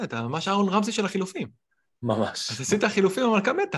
אתה ממש אהרון רמזי של החילופים. ממש. אז עשית החילופים, המלכה מתה.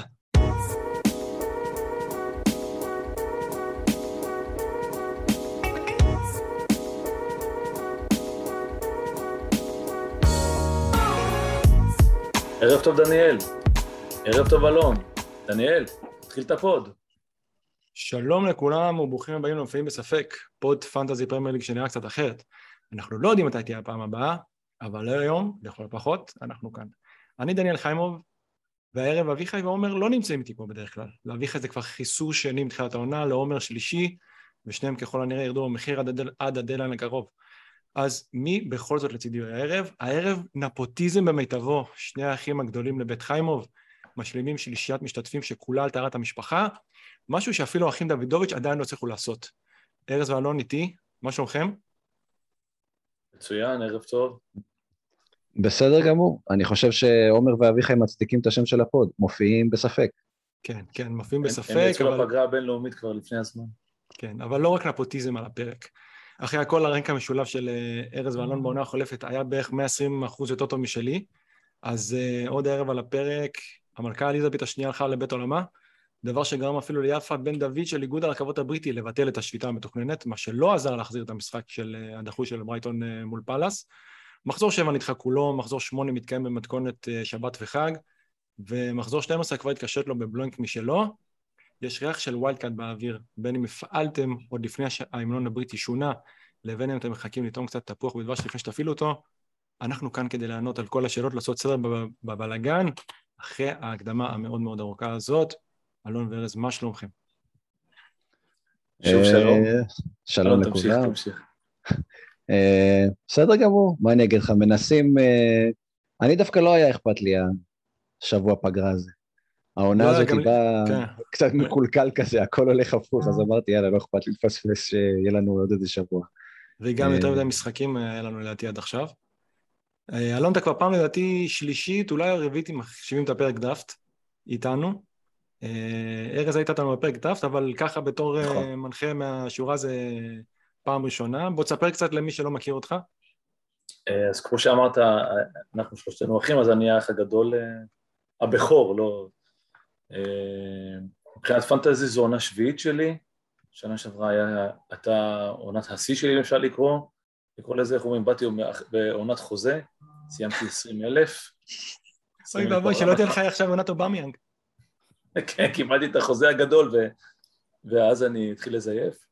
ערב טוב דניאל, ערב טוב אלון. דניאל, תתחיל את הפוד. שלום לכולם וברוכים הבאים למופיעים בספק, פוד פנטזי פרמייר ליג שנראה קצת אחרת. אנחנו לא יודעים מתי תהיה הפעם הבאה, אבל היום, לכל הפחות, אנחנו כאן. אני דניאל חיימוב, והערב אביחי ועומר לא נמצאים איתי פה בדרך כלל. לאביחי זה כבר חיסור שני מתחילת העונה, לעומר שלישי, ושניהם ככל הנראה ירדו במחיר עד הדדליין הקרוב. אז מי בכל זאת לצידי הערב? הערב נפוטיזם במיטבו, שני האחים הגדולים לבית חיימוב, משלימים שלישיית משתתפים שכולה על טהרת המשפחה, משהו שאפילו האחים דוידוביץ' עדיין לא צריכו לעשות. ארז ואלון איתי, מה שלומכם? מצוין, ערב טוב. בסדר גמור, אני חושב שעומר ואביחי מצדיקים את השם של הפוד, מופיעים בספק. כן, כן, מופיעים בספק. הם יצאו לפגרה הבינלאומית כבר לפני הזמן. כן, אבל לא רק נפוטיזם על הפרק. אחרי הכל הרנק המשולב של ארז ואלון בעונה החולפת היה בערך 120% יותר טוב משלי, אז עוד הערב על הפרק, המלכה אליזבת השנייה הלכה לבית עולמה, דבר שגרם אפילו ליפה בן דוד של איגוד הרכבות הבריטי לבטל את השביתה המתוכננת, מה שלא עזר להחזיר את המשחק של הדחוי של ברייטון מול פלאס. מחזור 7 נדחה כולו, מחזור 8 מתקיים במתכונת שבת וחג, ומחזור 12 כבר התקשט לו בבלונק משלו. יש ריח של ווילד קאט באוויר, בין אם הפעלתם עוד לפני ההמנון הבריטי שונה, לבין אם אתם מחכים לטעום קצת תפוח בדבש לפני שתפעילו אותו. אנחנו כאן כדי לענות על כל השאלות, לעשות סדר בבלגן, אחרי ההקדמה המאוד מאוד ארוכה הזאת. אלון וארז, מה שלומכם? שוב שלום. שלום לכולם. בסדר גמור, מה אני אגיד לך, מנסים, אני דווקא לא היה אכפת לי השבוע פגרה הזה. העונה הזאת היא באה קצת מקולקל כזה, הכל הולך הפוך, אז אמרתי, יאללה, לא אכפת לי לפספס שיהיה לנו עוד איזה שבוע. וגם יותר מדי משחקים היה לנו לדעתי עד עכשיו. אלון, אתה כבר פעם לדעתי שלישית, אולי הרביעית אם מחשיבים את הפרק דראפט איתנו. ארז היית איתנו בפרק דראפט, אבל ככה בתור מנחה מהשורה זה פעם ראשונה. בוא תספר קצת למי שלא מכיר אותך. אז כמו שאמרת, אנחנו שלושתנו אחים, אז אני האח הגדול, הבכור, לא... מבחינת פנטזי זו עונה שביעית שלי, שנה שעברה הייתה עונת השיא שלי, אפשר לקרוא לזה, איך אומרים, באתי בעונת חוזה, סיימתי 20,000. אוי ואבוי, שלא תהיה לך עכשיו עונת אובמיאנג. כן, קיבלתי את החוזה הגדול, ואז אני התחיל לזייף.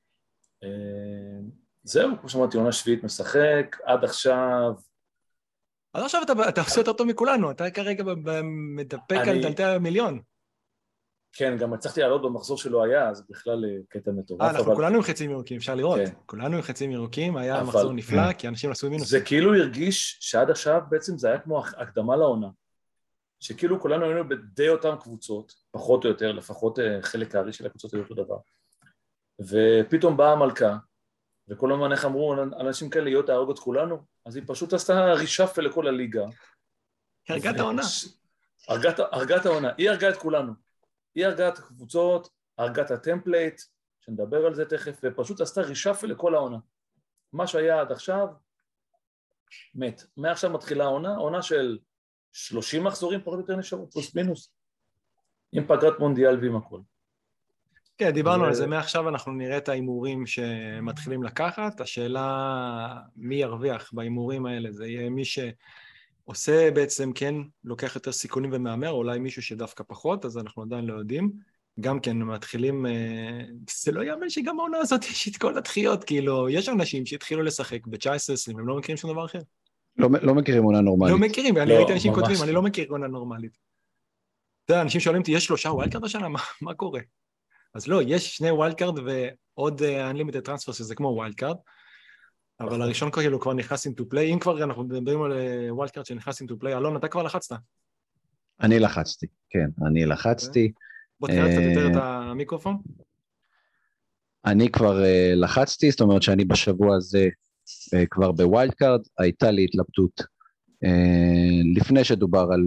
זהו, כמו שאמרתי, עונה שביעית משחק, עד עכשיו... אז עכשיו אתה עושה יותר טוב מכולנו, אתה כרגע מדפק על דלתי המיליון. כן, גם הצלחתי לעלות במחזור שלו היה, אז בכלל קטע מטורף. אנחנו כולנו עם חצים ירוקים, אפשר לראות. כולנו עם חצים ירוקים, היה מחזור נפלא, כי אנשים עשו מינוס. זה כאילו הרגיש שעד עכשיו בעצם זה היה כמו הקדמה לעונה. שכאילו כולנו היינו בדי אותם קבוצות, פחות או יותר, לפחות חלק הארי של הקבוצות היו אותו דבר. ופתאום באה המלכה, וכל הזמן איך אמרו, אנשים כאלה להיות ההרוג את כולנו, אז היא פשוט עשתה רישאפל לכל הליגה. הרגת העונה. הרגת העונה, היא הרגה את כולנו. היא הרגה את הקבוצות, הרגה את הטמפלייט, שנדבר על זה תכף, ופשוט עשתה רישאפל לכל העונה. מה שהיה עד עכשיו, מת. מעכשיו מתחילה העונה, עונה של 30 מחזורים פחות יותר נשארו, פלוס מינוס. עם פגרת מונדיאל ועם הכל. כן, דיברנו על זה, מעכשיו אנחנו נראה את האימורים שמתחילים לקחת, השאלה מי ירוויח באימורים האלה, זה יהיה מי שעושה בעצם, כן, לוקח יותר סיכונים ומאמר, אולי מישהו שדווקא פחות, אז אנחנו עדיין לא יודעים, גם כן מתחילים, זה לא יאמן שגם העונה הזאת יש את כל הדחיות, כאילו, יש אנשים שהתחילו לשחק ב-19-20, הם לא מכירים שום דבר אחר. לא מכירים עונה נורמלית. לא מכירים, אני ראיתי אנשים כותבים, אני לא מכיר עונה נורמלית. אתה יודע, אנשים שואלים אותי, יש 3 ווילדקארד השנה, מה קורה? אז לא, יש 2 ווילדקארד ועוד unlimited transfer שזה כמו ווילדקארד, אבל הראשון כאילו כבר נכנס into play, אם כבר אנחנו מדברים על ווילדקארד שנכנס into play, אלון, אתה כבר לחצת? אני לחצתי, כן, אני לחצתי. בוא תקרא קצת יותר את המיקרופון. אני כבר לחצתי, זאת אומרת שאני בשבוע הזה כבר בווילדקארד, הייתה לי התלבטות לפני שדובר על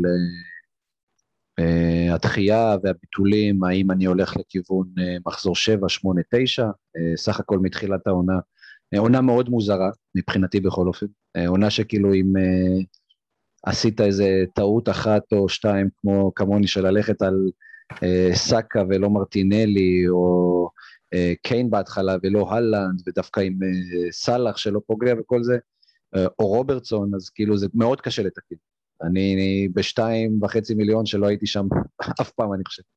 התחייה והביטולים, האם אני הולך לכיוון מחזור 7, 8, 9, סך הכל מתחילת העונה, עונה מאוד מוזרה, מבחינתי בכל אופן, עונה שכאילו עם עשית איזה טעות אחת או שתיים, כמוני של ללכת על סאקה ולא מרטינלי, או קיין בהתחלה ולא הלנד, ודווקא עם סלאח שלא פוגע וכל זה, או רוברטסון, אז כאילו זה מאוד קשה לתקן. אני ב2.5 מיליון שלא הייתי שם אף פעם, אני חושב.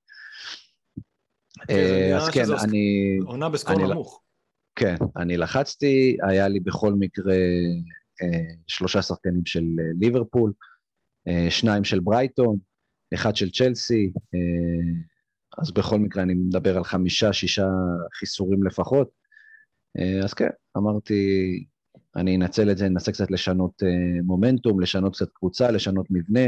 אז כן, אני... עונה בסקור נמוך. כן, אני לחצתי, היה לי בכל מקרה 3 שחקנים של ליברפול, 2 של ברייטון, 1 של צ'לסי, אז בכל מקרה אני מדבר על 5-6 חיסורים לפחות, אז כן, אמרתי, אני אנצל את זה, ננסה קצת לשנות מומנטום, לשנות קצת קבוצה, לשנות מבנה,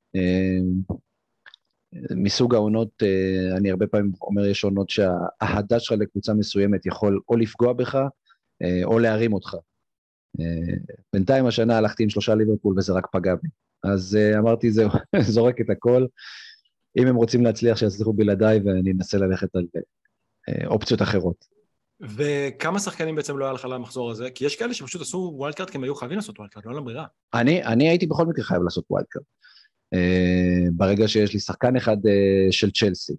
מסוג העונות, אני הרבה פעמים אומר, יש עונות שההדה שלך לקבוצה מסוימת יכול או לפגוע בך, או להרים אותך. בינתיים השנה הלכתי עם 3 ליברפול וזה רק פגע בי. אז אמרתי, זהו, זורק את הכל. אם הם רוצים להצליח, שיצליחו בלעדיי, ואני אנסה ללכת על אופציות אחרות. וכמה שחקנים בעצם לא היה לך למחזור הזה? כי יש כאלה שפשוט עשו ווילד קארד, כי הם היו חייבים לעשות ווילד קארד, לא לברירה. אני הייתי בכל מקרה חייב לעשות ווילד קארד. ברגע שיש לי שחקן אחד של צ'לסי,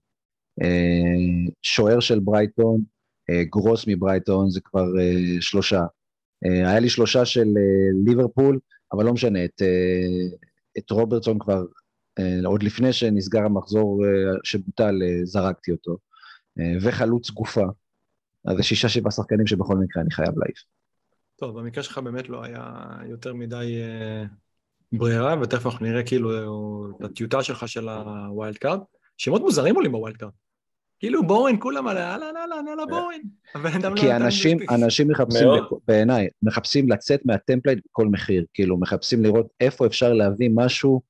שוער של ברייטון, גרוס מברייטון, זה כבר 3. היה לי 3 של ליברפול, אבל לא משנה, את רוברטסון כבר, עוד לפני שנסגר המחזור שבוטל, זרקתי אותו, וחלוץ גופה, אז זה 6-7 שחקנים שבכל מקרה אני חייב להעיף. טוב, במקרה שלך באמת לא היה יותר מדי ברירה, ותכף אנחנו נראה כאילו את הטיוטה שלך של הווילד קארד, שמות מוזרים עולים בווילד קארד. כאילו בורן, כולם על בורן. כי אנשים מחפשים, בעיניי, מחפשים לצאת מהטמפלייט בכל מחיר, כאילו מחפשים לראות איפה אפשר להביא משהו,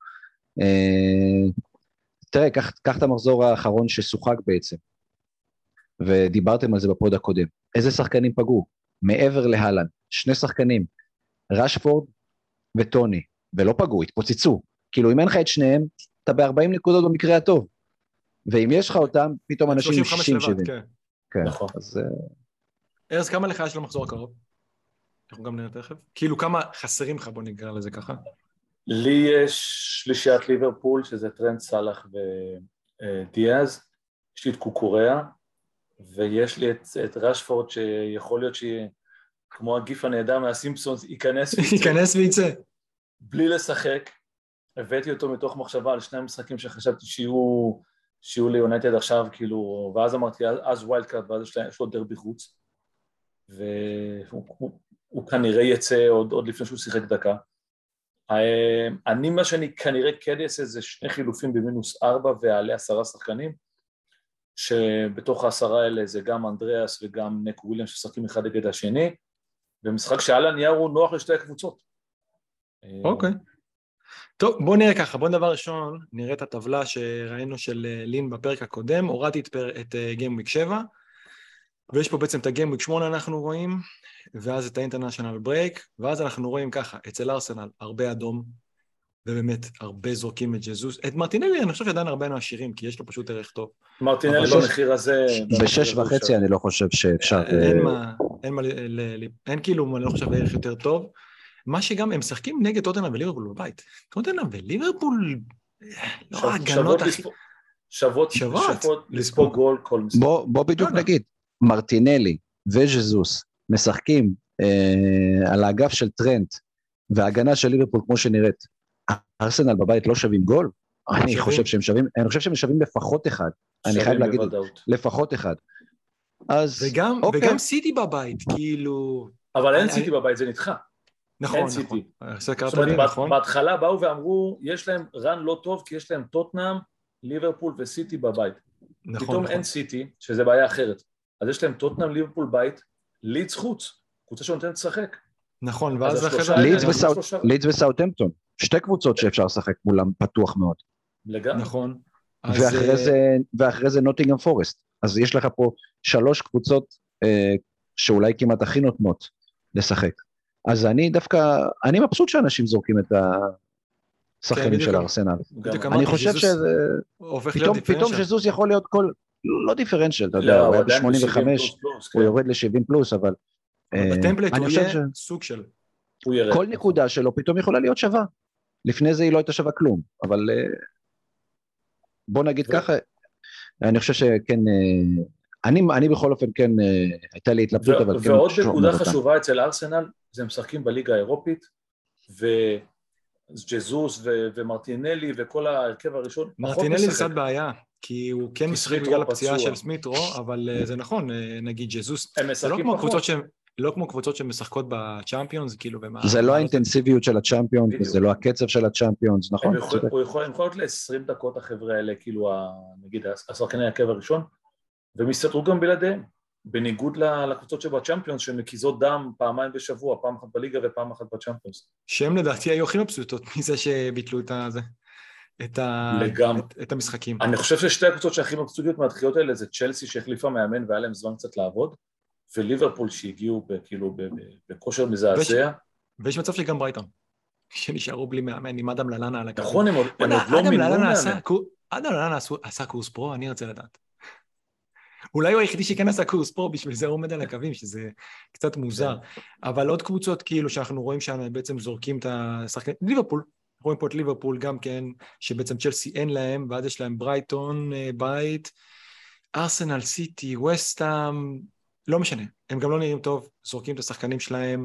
תראה, קח את המחזור האחרון ששוחק בעצם, ודיברתם על זה בפוד הקודם, איזה שחקנים פגעו? מעבר להלן, 2 שחקנים, רשפורד וטוני, ולא פגעו, התפוצצו, כאילו אם אין לך את שניהם, אתה ב-40 נקודות במקרה הטוב, ואם יש לך אותם, פתאום אנשים עם 60-70. כן, נכון. ארז, כמה לך יש למחזור הקרוב? אנחנו גם נראה תכף. כאילו כמה חסרים לך, בוא נקרא לזה ככה? לי יש שלישיית ליברפול, שזה טרנט, סלאח ודיאז, יש לי את קוקוריאה, ויש לי את רשפורד, שיכול להיות שיהיה כמו הגיף הנהדר מהסימפסונס, ייכנס וייצא. בלי לשחק, הבאתי אותו מתוך מחשבה על 2 משחקים שחשבתי שיהיו ליונייטד עכשיו, כאילו, ואז אמרתי, אז ווילד קארד, ואז יש לו דרבי חוץ, והוא כנראה יצא עוד לפני שהוא שיחק דקה. מה שאני כנראה כן אעשה זה 2 חילופים ב-4 ועלה 10 שחקנים, שבתוך ה10 האלה זה גם אנדריאס וגם נק וויליאם ששחקים אחד נגד השני, ומשחק שעל הנייר הוא נוח לשתי הקבוצות. אוקיי. טוב, בוא נראה ככה, בוא דבר ראשון, נראה את הטבלה שראינו של לין בפרק הקודם, הורדתי את Game Week 7, ויש פה בעצם את ה-Game Week 8 אנחנו רואים, ואז את ה-International Break, ואז אנחנו רואים ככה, אצל ארסנל הרבה אדום, ובאמת הרבה זורקים את ג'זוס, את מרטינלי אני חושב שעדיין הרבה מעשירים, כי יש לו פשוט ערך טוב. מרטינלי במחיר הזה... ב6.5 אני לא חושב שאפשר... אין כאילו, אני לא חושב ערך יותר טוב, מה שגם, הם משחקים נגד טוטנהאם וליברפול בבית. טוטנהאם וליברפול, לא הגנות הכי... שוות לספוג גול כל משחק. בוא בדיוק נגיד, מרטינלי וז'זוס משחקים על האגף של טרנט, וההגנה של ליברפול כמו שנראית, ארסנל בבית לא שווים גול? אני חושב שהם שווים לפחות 1. אני חייב להגיד, לפחות 1. וגם סיטי בבית, כאילו... אבל אין סיטי בבית, זה נדחה. נכון, נכון. בהתחלה באו ואמרו, יש להם רן לא טוב, כי יש להם טוטנהאם, ליברפול וסיטי בבית. פתאום אין סיטי, שזה בעיה אחרת. אז יש להם טוטנהאם, ליברפול בית, לידס חוץ, קבוצה שנותנת לשחק. נכון, ואז לידס וסאות'המפטון, 2 קבוצות שאפשר לשחק מולם פתוח מאוד. לגמרי. נכון. ואחרי זה נוטינגהאם פורסט. אז יש לך פה 3 קבוצות שאולי כמעט הכי נותנות לשחק. אז אני דווקא, אני מבסוט שאנשים זורקים את השחקנים של ארסנל. אני חושב שזה, פתאום ז'זוס יכול להיות לא דיפרנציאל, אתה יודע, הוא היה ב-85, הוא יורד ל-70 פלוס, אבל בטמפלט הוא יהיה סוג של... כל נקודה שלו פתאום יכולה להיות שווה. לפני זה היא לא הייתה שווה כלום, אבל בוא נגיד ככה, אני חושב שכן, אני בכל אופן כן, הייתה לי התלבטות, אבל כן... ועוד נקודה חשובה אצל ארסנל, זה משחקים בליגה האירופית, וג'זוס ומרטינלי וכל ההרכב הראשון, מרטינלי זה קצת בעיה, כי הוא כן משחק בגלל הפציעה של סמית'רו, אבל זה נכון, נגיד ג'זוס, זה לא כמו קבוצות שמשחקות בצ'אמפיונס, כאילו... זה לא האינטנסיביות של הצ'אמפיונס, זה לא הקצב של הצ'אמפיונס, נכון? הוא יכול להיות ל-20 דקות החבר'ה האלה, כאילו, נגיד, השחקני ההרכב הראשון, והם יסתדרו גם בלעדיהם, בניגוד לקבוצות שבצ'אמפיונס, שמקיזות דם פעמיים בשבוע, פעם אחת בליגה ופעם אחת בצ'אמפיונס. שהם לדעתי היו הכי מבסוטות מזה שביטלו את המשחקים. אני חושב ששתי הקבוצות שהכי מבסוטיות מהדחיות האלה זה צ'לסי שהחליפה מאמן והיה להם זמן קצת לעבוד, וליברפול שהגיעו כאילו בכושר מזעזע. ויש מצב שגם ברייטון, שנשארו בלי מאמן עם אדם ללנה על הקו. נכון, הם עוד לא מינו מאמן. אדם ללנה עשה קורס פרו, אני רוצה לדעת. אולי הוא היחידי שכן עשה קורס פרו, בשביל זה הוא עומד על הקווים, שזה קצת מוזר. אבל עוד קבוצות כאילו שאנחנו רואים שם בעצם זורקים את השחקנים, ליברפול, רואים פה את ליברפול גם כן, שבעצם צ'לסי אין להם, ועד יש להם ברייטון, בית, ארסנל, סיטי, וסטהאם, לא משנה, הם גם לא נראים טוב, זורקים את השחקנים שלהם,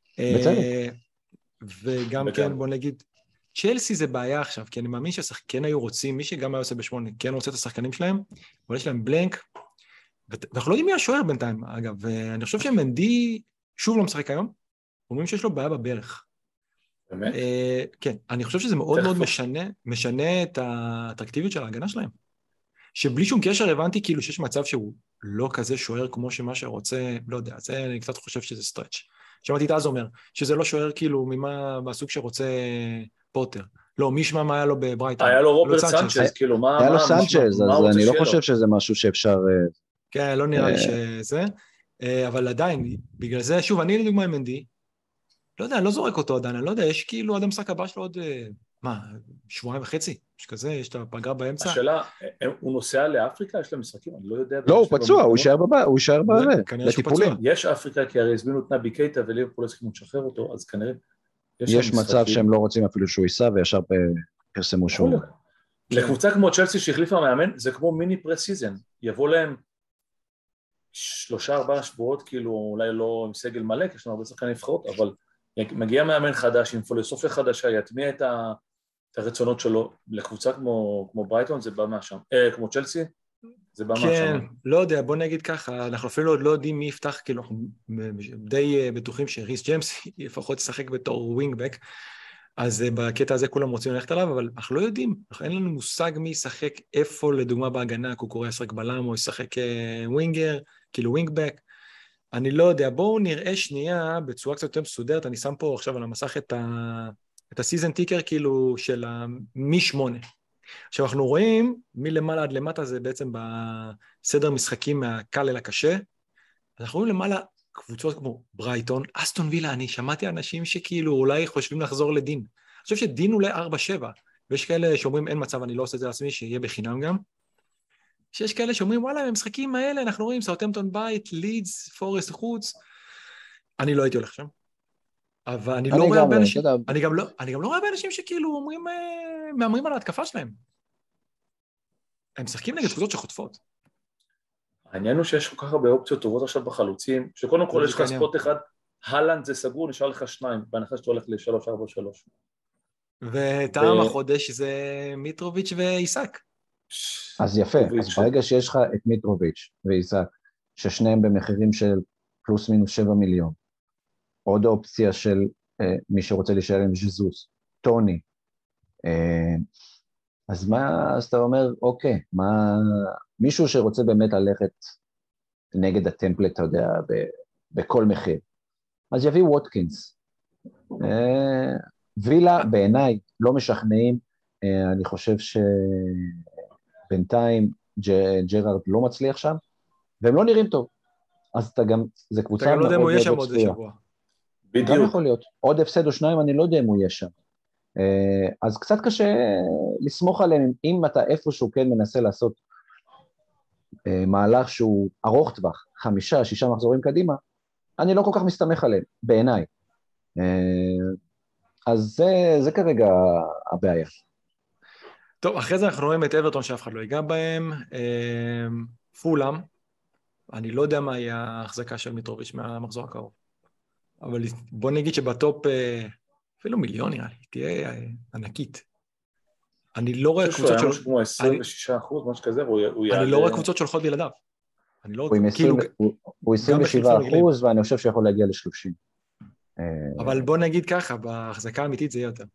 וגם כן בוא נגיד, צ'לסי זה בעיה עכשיו, כי אני מאמין שהשחקנים היו רוצים, מי שגם היה עושה בשמונה, כן רוצה את השחקנים שלהם, אבל יש להם בלנק, ואנחנו לא יודעים מי השוער בינתיים, אגב, ואני חושב שמנדי שוב לא משחק היום, אומרים שיש לו בעיה בברך. באמת? כן, אני חושב שזה מאוד מאוד משנה את האטרקטיביות של ההגנה שלהם. שבלי שום קשר הבנתי כאילו שיש מצב שהוא לא כזה שוער כמו שמה שרוצה, לא יודע, זה אני קצת חושב שזה סטרץ'. שמעתי את אז אומר, שזה לא שוער כאילו ממה מהסוג שרוצה פוטר. לא, מי שמע מה היה לו בברייטון. היה לו רוברט סנצ'ז, כאילו מה... היה לו סנצ'ז, אז אני לא חושב שזה משהו שאפשר... כן, לא נראה לי שזה, אבל עדיין, בגלל זה, שוב, אני לדוגמה עם מנדי, לא יודע, אני לא זורק אותו עדיין, אני לא יודע, יש כאילו עד המשחק הבא שלו עוד, שבועיים וחצי, יש כזה, יש את הפגרה באמצע. השאלה, הוא נוסע לאפריקה? יש להם משחקים? אני לא יודע. לא, הוא פצוע, הוא יישאר לטיפולים. יש אפריקה, כי הרי הזמינו את נבי קייטה וליברפול הסכימו לשחרר אותו, אז כנראה... יש מצב שהם לא רוצים אפילו שהוא ייסע, וישר פרסמו שהוא... לקבוצה כמו צ'לסי שהחליפה מאמן, זה כמו מיני פרסיזן, יבוא להם 3-4 שבועות, כאילו אולי לא עם סגל מלא, כי יש לנו הרבה שחקני נבחרות, אבל מגיע מאמן חדש, עם פילוסופיה חדשה, יטמיע את הרצונות שלו, לקבוצה כמו ברייטון, זה בא מהשם, כמו צ'לסי, זה בא מהשם. כן, לא יודע, בוא נגיד ככה, אנחנו אפילו עוד לא יודעים מי יפתח, כאילו אנחנו די בטוחים שריס ג'יימס לפחות ישחק בתור ווינגבק, אז בקטע הזה כולם רוצים ללכת עליו, אבל אנחנו לא יודעים, אין לנו מושג מי ישחק איפה, לדוגמה בהגנה, קוקוריה ישחק בלם או ישחק ווינגר, כאילו ווינגבק, אני לא יודע, בואו נראה שנייה בצורה קצת יותר מסודרת, אני שם פה עכשיו על המסך את הסיזן טיקר כאילו של מ-8. עכשיו אנחנו רואים מלמעלה עד למטה, זה בעצם בסדר משחקים מהקל אל הקשה, אנחנו רואים למעלה קבוצות כמו ברייטון, אסטון וילה, אני שמעתי אנשים שכאילו אולי חושבים לחזור לדין, אני חושב שדין אולי 4-7, ויש כאלה שאומרים אין מצב, אני לא עושה את זה לעצמי, שיהיה בחינם גם, שיש כאלה שאומרים, וואלה, במשחקים האלה אנחנו רואים סאות'המפטון בית, לידס, פורסט חוץ, אני לא הייתי הולך שם, אבל אני לא רואה הרבה אנשים, אני גם לא רואה הרבה אנשים שכאילו אומרים, מאמרים על ההתקפה שלהם. הם משחקים נגד קבוצות שחוטפות. העניין הוא שיש כל כך הרבה אופציות טובות עכשיו בחלוצים, שקודם כל יש לך ספוט אחד, הלנד זה סגור, נשאר לך 2, בהנחה שאתה הולך ל-3-4-3. וטעם החודש זה מיטרוביץ' ואיסק. אז יפה, אז ברגע שיש לך את מיטרוביץ' ואיסק, ששניהם במחירים של פלוס מינוס 7 מיליון, עוד אופציה של מי שרוצה להישאר עם ז'זוס, טוני, אז מה, אז אתה אומר, אוקיי, מישהו שרוצה באמת ללכת נגד הטמפלט, אתה יודע, בכל מחיר, אז יביא ווטקינס. וילה בעיניי לא משכנעים, אני חושב שבינתיים ג'רארד לא מצליח שם, והם לא נראים טוב, אז אתה גם, זה קבוצה אתה גם לא יודע אם הוא יהיה שם עוד שבוע. בדיוק. גם יכול להיות, עוד הפסד או 2, אני לא יודע אם הוא יהיה שם. אז קצת קשה לסמוך עליהם, אם אתה איפשהו כן מנסה לעשות מהלך שהוא ארוך טווח, 5-6 מחזורים קדימה, אני לא כל כך מסתמך עליהם, בעיניי. אז זה כרגע הבעיה. טוב, אחרי זה אנחנו רואים את אברטון שאף אחד לא ייגע בהם, פולאם, אני לא יודע מה יהיה ההחזקה של מיטרוביץ' מהמחזור הקרוב, אבל בוא נגיד שבטופ, אפילו מיליון נראה לי, תהיה ענקית. אני לא רואה קבוצות של... כמו 26%, משהו כזה, אני לא רואה קבוצות שהולכות בלעדיו. הוא 27%, ואני חושב שיכול להגיע ל-30. אבל בוא נגיד ככה, בהחזקה האמיתית זה יהיה יותר.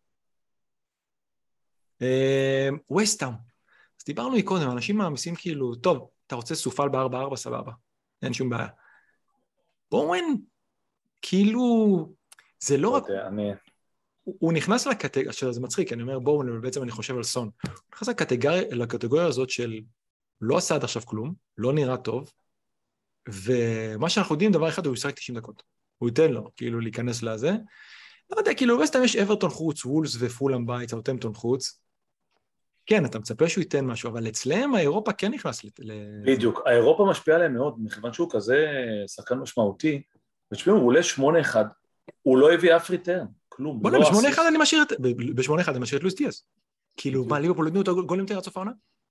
ווסטהאם, אז דיברנו קודם, אנשים מאמיסים כאילו, טוב, אתה רוצה סופל ב-4-4, סבבה, אין שום בעיה. בואן, כאילו, זה לא רק... הוא נכנס לקטגוריה, שזה מצחיק, אני אומר בואן, אבל בעצם אני חושב על סון. הוא נכנס לקטגוריה הזאת של לא עשה עד עכשיו כלום, לא נראה טוב, ומה שאנחנו יודעים, דבר אחד, הוא ישחק 90 דקות. הוא ייתן לו, כאילו, להיכנס לזה. לא יודע, כאילו, בסתם יש אברטון חוץ, וולס ופולאם בית, סאות'המפטון חוץ. כן, אתה מצפה שהוא ייתן משהו, אבל אצלם האירופה כן נכנס בדיוק, האירופה משפיעה עליהם מאוד, מכיוון שהוא כזה שחקן משמעותי, ושפעים, הוא עולה 8-1, הוא לא הביא אף ריטרן, כלום. בוא נראה, ב-8-1 אני משאיר את לואיס דיאז. כאילו, מה, ליברפול נתנו אותו גולים יותר עד סוף העונה?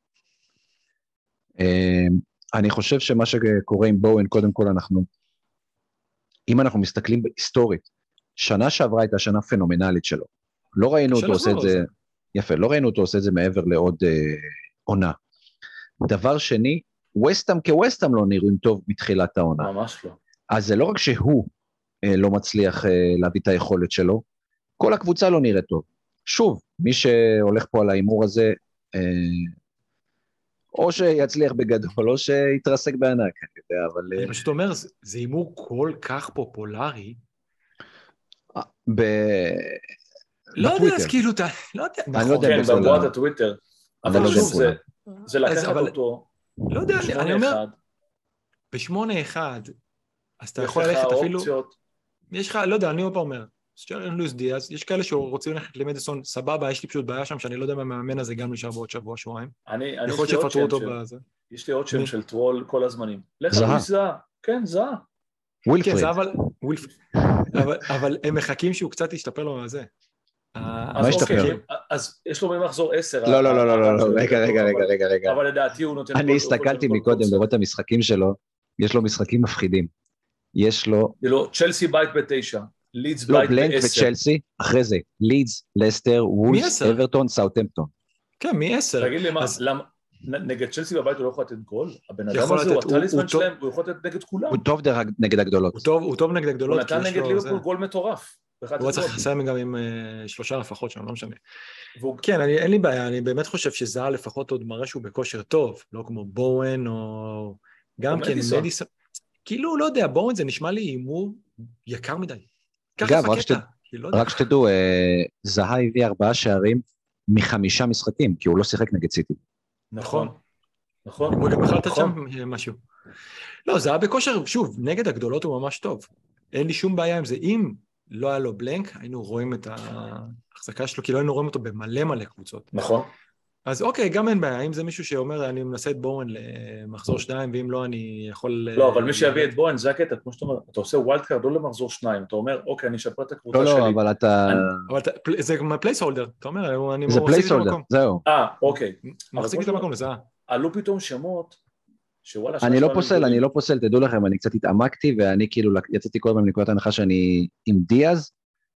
אני חושב שמה שקורה עם בואן, קודם כל אם אנחנו מסתכלים היסטורית, שנה שעברה הייתה שנה פנומנלית שלו. לא ראינו אותו עושה את זה, יפה, לא ראינו אותו עושה את זה מעבר לעוד עונה. דבר שני, ווסטהאם כווסטהאם לא נראים טוב מתחילת העונה. ממש לא. אז זה לא רק שהוא לא מצליח להביא את היכולת שלו, כל הקבוצה לא נראית טוב. שוב, מי שהולך פה על האימור הזה, או שיצליח בגדול, או שיתרסק בענק, אני יודע, אבל... אני פשוט אומר, זה אימור כל כך פופולרי. לא יודע, אז כאילו, לא יודע. אני לא יודע. כן, בבועת הטוויטר. אבל שוב, זה לקחת אותו. לא יודע, אני אומר, ב-8-1, אז אתה יכול ללכת אפילו... יש לך, לא יודע, אני אומר, לואיס דיאז, יש כאלה שרוצים ללכת למדיסון, סבבה, יש לי פשוט בעיה שם, שאני לא יודע מה המאמן הזה גם נשאר בעוד שבוע, שבועיים. יכול להיות שפטרו אותו בזה. יש לי עוד שם של טרול כל הזמנים. לך לואיס זהה. כן, זהה. ווילפריד. אבל הם מחכים שהוא קצת ישתפר לו מהזה. מה ישתפר? אז יש לו ממחזור 10. לא, רגע. אבל לדעתי הוא נותן... אני הסתכלתי מקודם לראות את המשחקים שלו, יש לו משחקים מפחידים. יש לו... צ'לסי בית ב9. לידס לא, בית בלנק ב10. וצ'לסי, אחרי זה, לידס, לסטר, וולס, אברטון, סאות'המפטון. כן, מ-10. תגיד לי מה, נגד צ'לסי בבית הוא לא יכול לתת גול? הבן אדם הזה הוא הטליסמן שלהם, הוא יכול לתת נגד כולם. הוא טוב נגד הגדולות. הוא טוב נגד הגדולות. הוא נתן נגד ליברפול גול מטורף. הוא צריך לסיים גם עם 3 לפחות שם, לא משנה. כן, אין לי בעיה, אני באמת חושב שזהה לפחות עוד מראה שהוא בכושר טוב, לא כמו בואן או... גם כן, מדיסון. כאילו, לא יודע, בואן זה נשמע לי אימור יקר מדי. אגב, רק שתדעו, זהה הביא 4 שערים מ5 משחקים, כי הוא לא שיחק נגד סיטי. נכון. הוא גם יכול לתת שם משהו. לא, זהה בכושר, שוב, נגד הגדולות הוא ממש טוב. אין לי שום בעיה עם זה. אם לא היה לו בלנק, היינו רואים את ההחזקה שלו, כי לא היינו רואים אותו במלא קבוצות. נכון. אז אוקיי, גם אין בעיה, אם זה מישהו שאומר, אני מנסה את בואן למחזור 2, ואם לא, אני יכול... לא, אבל מי שיביא את בואן, זה הקטע, כמו שאתה אומר, אתה עושה ווילד קארד לא למחזור 2, אתה אומר, אוקיי, אני אשפר את הקבוצה שלי. לא, אבל אתה... זה פלייסהולדר, אתה אומר, אני זה פלייסהולדר, זהו. אוקיי. מחזיק את המקום לזה. עלו פתאום שמות, שוואלה... אני לא פוסל, תדעו לכם, אני קצת התעמקתי, ואני כאילו יצאתי כל הזמן מנקודת ההנחה שאני עם דיאז,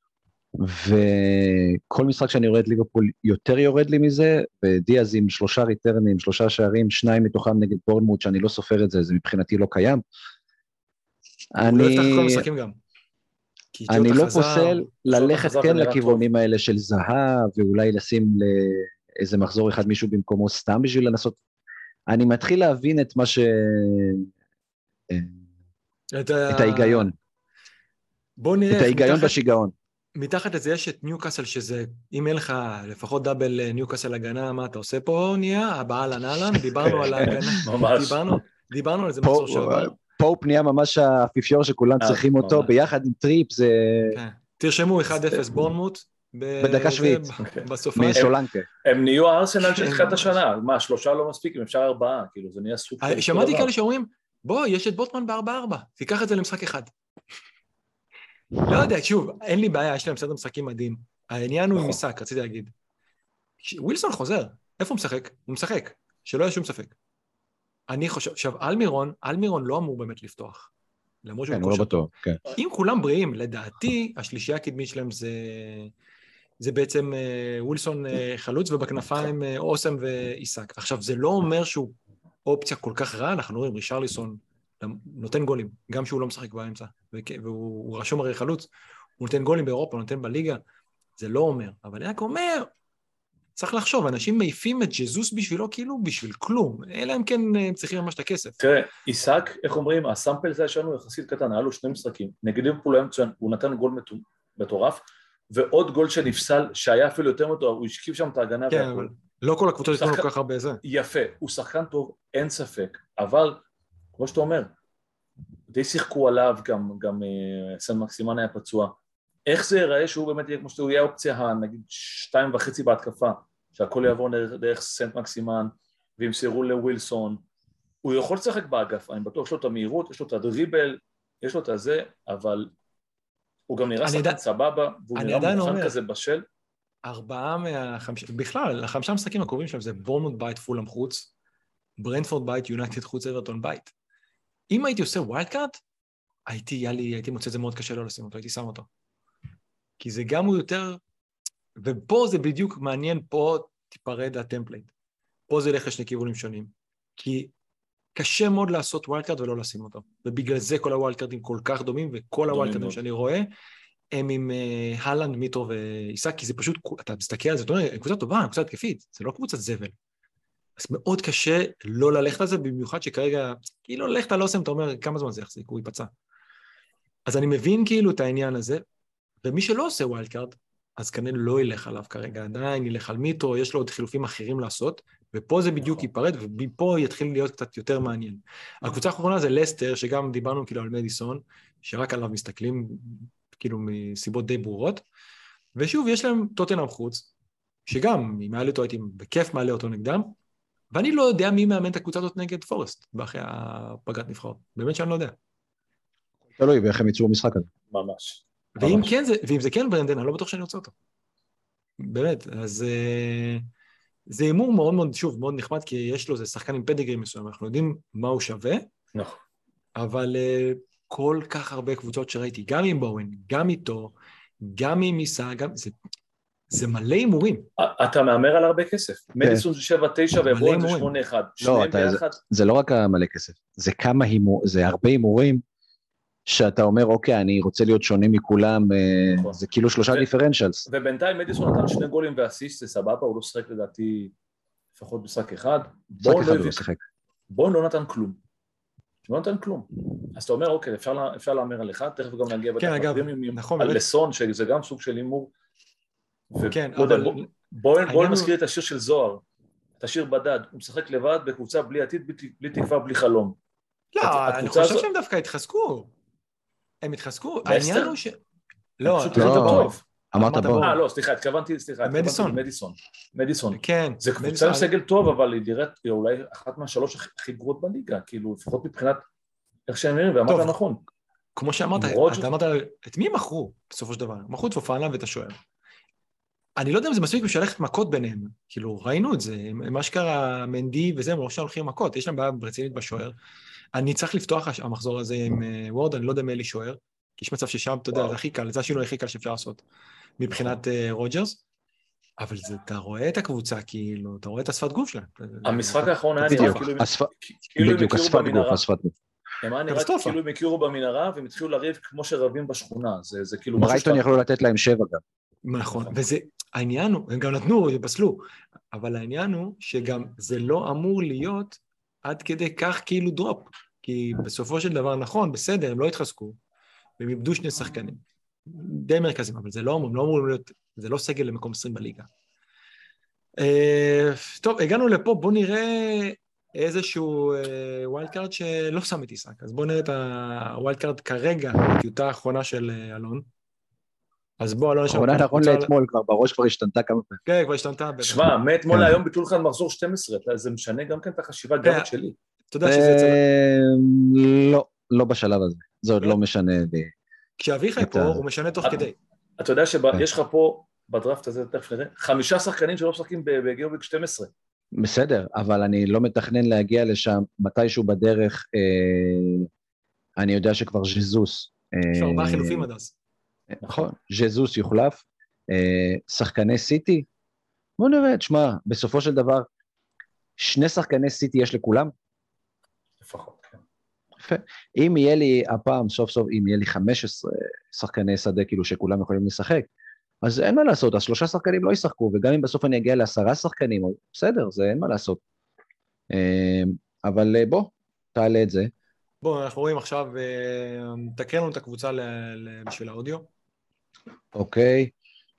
וכל משחק שאני רואה את ליברפול יותר יורד לי מזה, ודיאז עם 3 ריטרנים, 3 שערים, 2 מתוכם נגד בורנמוט, שאני לא סופר את זה, זה מבחינתי לא קיים. הוא לא יפתח כל המשחקים גם. אני לא פוסל ללכת כן לכיוונים האלה של זהה, ואולי לשים לאיזה מחזור אחד מישהו במקומו סתם בשביל לנסות. אני מתחיל להבין את מה את ההיגיון. בוא נראה. את ההיגיון בשיגעון. מתחת לזה יש את ניוקאסל, שזה, אם אין לך לפחות דאבל ניוקאסל הגנה, מה אתה עושה פה, נהיה? הבאה לנהלן, דיברנו על ההגנה. ממש. דיברנו על זה מחזור שעבר. פופ נהיה ממש האפיפיור שכולם צריכים אותו, ביחד עם טריפ, זה... תרשמו 1-0 בורנמוט. בדקה שביעית. מסולנקה. הם נהיו הארסנל של תחילת השנה, מה, 3 לא מספיק, אם אפשר 4, כאילו, זה נהיה סוג... שמעתי כאלה שאומרים, בוא, יש את בוטמן ב4-4, תיקח את זה למשחק אחד. לא יודע, שוב, אין לי בעיה, יש להם סדר משחקים מדהים, העניין הוא עם עיסק, רציתי להגיד. ווילסון חוזר, איפה הוא משחק? הוא משחק, שלא יהיה שום ספק. אני חושב, עכשיו, אלמירון לא אמור באמת לפתוח. למרות שהוא לא בטוח, כן. אם כולם בריאים, לדעתי, השלישייה הקדמית שלהם זה בעצם ווילסון חלוץ, ובכנפיים אוסם ועיסק. עכשיו, זה לא אומר שהוא אופציה כל כך רע, אנחנו רואים, רישרליסון נותן גולים, גם שהוא לא משחק באמצע, והוא רשום הרי חלוץ, הוא נותן גולים באירופה, הוא נותן בליגה, זה לא אומר, אבל אני רק אומר, צריך לחשוב, אנשים מעיפים את ג'זוס בשבילו כאילו בשביל כלום, אלא הם כן צריכים ממש את הכסף. תראה, עיסק, איך אומרים, הסאמפל זה שלנו יחסית קטן, היה לו 2 משחקים, נגד ליברפול היה מצוין, הוא נתן גול מטורף, ועוד גול שנפסל, שהיה אפילו יותר מטורף, הוא השכיב שם את ההגנה כן, אבל לא כל הקבוצות יתנו לו כל כך הרבה זה. יפה, הוא שחקן טוב, אין ספק, אבל, כמו שאתה אומר, די שיחקו עליו, גם סן מקסימן היה פצוע, איך זה ייראה שהוא באמת יהיה כמו שהוא יהיה אופציה, נגיד 2.5 בהתקפה, שהכל יעבור דרך סנט מקסימן, וימסרו לווילסון, הוא יכול לשחק באגף, אני בטוח, יש לו את המהירות, יש לו את הדריבל, יש לו את הזה, אבל הוא גם נראה שחקן סבבה, והוא נראה מוכן כזה בשל. 4 מה-5, בכלל, 5 המשחקים הקרובים שלהם זה בורנמוט בית פולהאם חוץ, ברנטפורד בית, יונייטד חוץ, אברטון בית. אם הייתי עושה ווילד קארד, הייתי מוצא את זה מאוד קשה לא לשים אותו, הייתי שם אותו. כי זה גם הוא יותר, ופה זה בדיוק מעניין, פה תיפרד הטמפלייט. פה זה ילך לשני כיוונים שונים. כי קשה מאוד לעשות ווילד קארד ולא לשים אותו. ובגלל זה כל הווילד קארדים כל כך דומים, וכל הווילד קארדים שאני רואה, הם עם הלנד, מיטרו ועיסק, כי זה פשוט, אתה מסתכל על זה, אתה אומר, קבוצה טובה, קבוצה התקפית, זה לא קבוצת זבל. אז מאוד קשה לא ללכת על זה, במיוחד שכרגע, כאילו ללכת על אוסם, אתה אומר, כמה זמן זה יחזיק, הוא ייפצע. אז אני מבין כאילו את העניין הזה, ומי שלא עושה ווילד קארד, אז כנראה לא ילך עליו כרגע, עדיין ילך על מיטרו, יש לו עוד חילופים אחרים לעשות, ופה זה בדיוק ייפרד, ומפה יתחיל להיות קצת יותר מעניין. הקבוצה האחרונה זה לסטר, שגם דיברנו כאילו על מדיסון, שרק עליו מסתכלים, כאילו מסיבות די ברורות, ושוב, יש להם טוטנהאם חוץ, שגם, אם מעלה אותו, הייתי בכיף מעלה אותו נגדם, ואני לא יודע מי מאמן את הקבוצה הזאת נגד פורסט, באחרי הפגרת נבחרות. באמת שאני לא יודע. תלוי, ואיך הם יצאו במשחק הזה. ממש. ואם זה כן ברנדן, אני לא בטוח שאני רוצה אותו. באמת, אז זה אימור מאוד מאוד, שוב, מאוד נחמד, כי יש לו, זה שחקן עם פדיגרי מסוים, אנחנו יודעים מה הוא שווה, נכון. אבל כל כך הרבה קבוצות שראיתי, גם עם בואוין, גם איתו, גם עם מיסה, זה מלא אימורים. אתה מאמר על הרבה כסף. מדיסון זה 7-9 ובואוין זה 8-1. לא, זה לא רק מלא כסף, זה הרבה אימורים, שאתה אומר, אוקיי, אני רוצה להיות שונה מכולם, זה כאילו 3 דיפרנציאלס. ובינתיים מדיסון נתן 2 גולים ואסיסט, זה סבבה, הוא לא שחק לדעתי לפחות משחק אחד. בואו לא נתן כלום. לא נתן כלום. אז אתה אומר, אוקיי, אפשר לאמר על אחד, תכף גם נגיע על לסון, שזה גם סוג של אימור. כן, אבל... בואו נזכיר את השיר של זוהר, את השיר בדד, הוא משחק לבד בקבוצה בלי עתיד, בלי תקווה, בלי חלום. לא, אני חושב שהם דווקא התחזקו. הם התחזקו, העניין הוא ש... לא, טוב. אמרת בוא. לא, סליחה, התכוונתי מדיסון. כן. זה קבוצה עם סגל טוב, אבל היא נראית אולי אחת מה3 הכי גרועות בליגה, כאילו לפחות מבחינת איך שהם נראים, ואמרת נכון. כמו שאמרת, אתה אמרת, את מי הם מכרו בסופו של דבר? מכרו את פופאנה ואת השוער. אני לא יודע אם זה מספיק בשביל ללכת מכות ביניהם, כאילו ראינו את זה, מה שקרה מנדי וזה, הם לא שהולכים מכות, יש להם בעיה רצינית בשוער. אני צריך לפתוח המחזור הזה עם וורד, אני לא יודע מאלי שוער, כי יש מצב ששם, אתה יודע, זה הכי קל, זה השינוי הכי קל שאפשר לעשות, מבחינת רוג'רס, אבל אתה רואה את הקבוצה, כאילו, אתה רואה את השפת גוף שלה. המשחק האחרון היה נראה כאילו בדיוק, השפת גוף. הם היה נראה כאילו הם הכירו במנהרה, והם התחילו לריב כמו שרבים בשכונה, זה כאילו... ברייטון יכלו לתת להם 7 גם. נכון, וזה, העניין הוא, הם גם נתנו, פסלו, אבל העניין הוא שגם זה לא אמור להיות עד כדי כך כאילו דרופ, כי בסופו של דבר נכון, בסדר, הם לא התחזקו, והם איבדו 2 שחקנים, די מרכזים, אבל זה לא אמור להיות, זה לא סגל למקום 20 בליגה. טוב, הגענו לפה, בואו נראה איזשהו ווילד קארד שלא שם את עיסק, אז בואו נראה את הווילד קארד כרגע, הטיוטה האחרונה של אלון. אז בוא, אלון, עונה נכון לאתמול כבר, בראש כבר השתנתה כמה פעמים. כן, כבר השתנתה. שמע, מאתמול להיום ביטול לך מחזור 12, זה משנה גם כן את החשיבה גם שלי. אתה יודע שזה יצא... לא בשלב הזה, זה עוד לא משנה לי. כשאביחי פה, הוא משנה תוך כדי. אתה יודע שיש לך פה בדראפט הזה, תכף נראה, 5 שחקנים שלא משחקים בגיאוביק 12. בסדר, אבל אני לא מתכנן להגיע לשם, מתישהו בדרך, אני יודע שכבר ז'זוס. יש 4 חילופים עד אז. נכון, ז'זוס יוחלף, שחקני סיטי, בוא נראה, תשמע, בסופו של דבר, 2 שחקני סיטי יש לכולם? לפחות, כן. יפה. אם יהיה לי הפעם, סוף סוף, אם יהיה לי 15 שחקני שדה, כאילו שכולם יכולים לשחק, אז אין מה לעשות, אז 3 שחקנים לא ישחקו, וגם אם בסוף אני אגיע ל10 שחקנים, בסדר, זה אין מה לעשות. אבל בוא, תעלה את זה. בוא, אנחנו רואים עכשיו, תקן לנו את הקבוצה בשביל האודיו. אוקיי.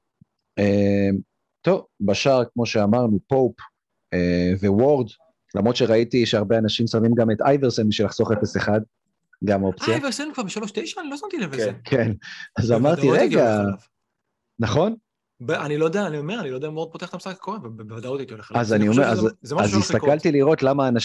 טוב, בשער, כמו שאמרנו, פופ ווורד, למרות שראיתי שהרבה אנשים שמים גם את אייברסן בשביל לחסוך 0-1, גם אופציה. אייברסן כבר ב3-9? אני לא שמתי לב לזה. כן, אז אמרתי, רגע, נכון? אני לא יודע, אני לא יודע אם וורד פותח את המשחק הקורא, בוודאות הייתי הולך. אז אני אומר, אז הסתכלתי לראות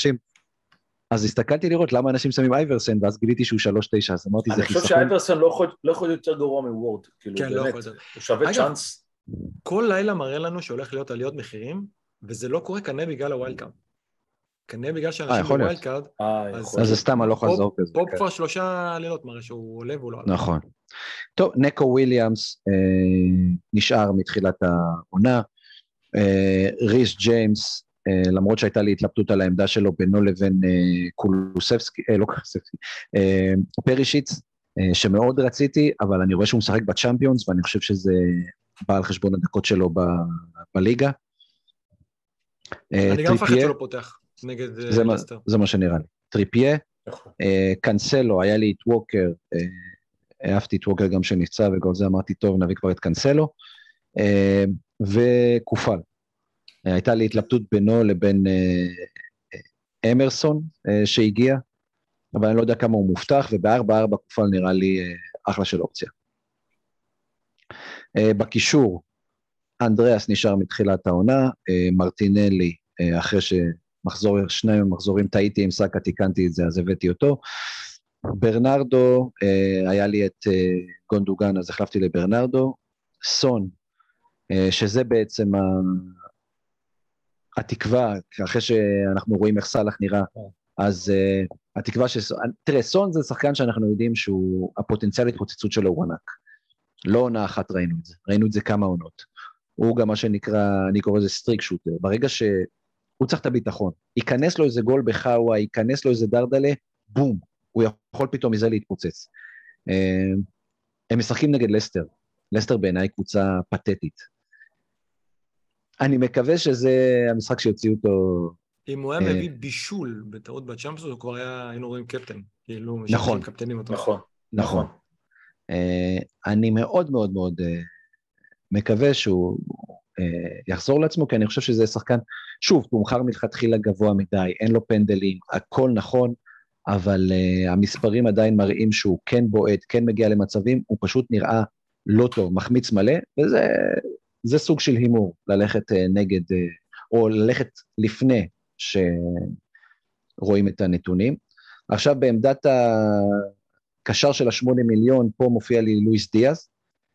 למה אנשים שמים אייברסן, ואז גיליתי שהוא 3-9, אז אמרתי, זה חיסכון. אני חושב שאייברסן לא יכול להיות יותר גרוע מוורד, כאילו באמת, הוא שווה צ'אנס. כל לילה מראה לנו שהולך להיות עליות מחירים, וזה לא קורה כנראה בגלל הווילד קארד. כנראה בגלל שאנשים בווילד קארד, אז זה סתם הלוך חזור כזה. פופ כבר 3 לילות מראה שהוא עולה והוא לא עולה. נכון. טוב, נקו וויליאמס נשאר מתחילת העונה, ריס ג'יימס, למרות שהייתה לי התלבטות על העמדה שלו בינו לבין קולוסבסקי, לא קולוסבסקי, פרישיץ, שמאוד רציתי, אבל אני רואה שהוא משחק בצ'אמפיונס, ואני חושב שזה בא על חשבון הדקות שלו בליגה. אני גם מפחד שלו פותח נגד לסטר. זה מה שנראה לי. טריפיה, קנסלו, היה לי את ווקר, אהבתי את ווקר גם שנפצע, וכל זה אמרתי, טוב, נביא כבר את קנסלו, וקופל. הייתה לי התלבטות בינו לבין אמרסון שהגיע, אבל אני לא יודע כמה הוא מובטח, וב4-4 קופל נראה לי אחלה של אופציה. בקישור, אנדריאס נשאר מתחילת העונה, מרטינלי, אחרי שניים מחזורים טעיתי עם סאקה, תיקנתי את זה, אז הבאתי אותו. ברנרדו, היה לי את גונדוגן, אז החלפתי לברנרדו. סון, שזה בעצם התקווה, אחרי שאנחנו רואים איך סלח נראה, אז התקווה תראה, סון זה שחקן שאנחנו יודעים שהוא, הפוטנציאל התפוצצות שלו הוא ענק. לא עונה אחת ראינו את זה כמה עונות. הוא גם מה שנקרא, אני קורא לזה סטריק שוטר, ברגע שהוא צריך את הביטחון, ייכנס לו איזה גול בחאווה, ייכנס לו איזה דרדלה, בום, הוא יכול פתאום מזה להתפוצץ. הם משחקים נגד לסטר, לסטר בעיניי קבוצה פתטית. אני מקווה שזה המשחק שיוציאו אותו. אם הוא היה מביא בישול בטעות בצ'אמפיונס, הוא כבר היינו רואים קפטן, כאילו נכון, קפטנים אותו. נכון. אני מאוד מאוד מאוד מקווה שהוא יחזור לעצמו, כי אני חושב שזה שחקן, שוב, תומחר מלכתחילה גבוה מדי, אין לו פנדלים, הכל נכון, אבל המספרים עדיין מראים שהוא כן בועט, כן מגיע למצבים, הוא פשוט נראה לא טוב, מחמיץ מלא, וזה סוג של הימור, ללכת נגד, או ללכת לפני שרואים את הנתונים. עכשיו בעמדת הקשר של 8 מיליון, פה מופיע לי לואיס דיאז,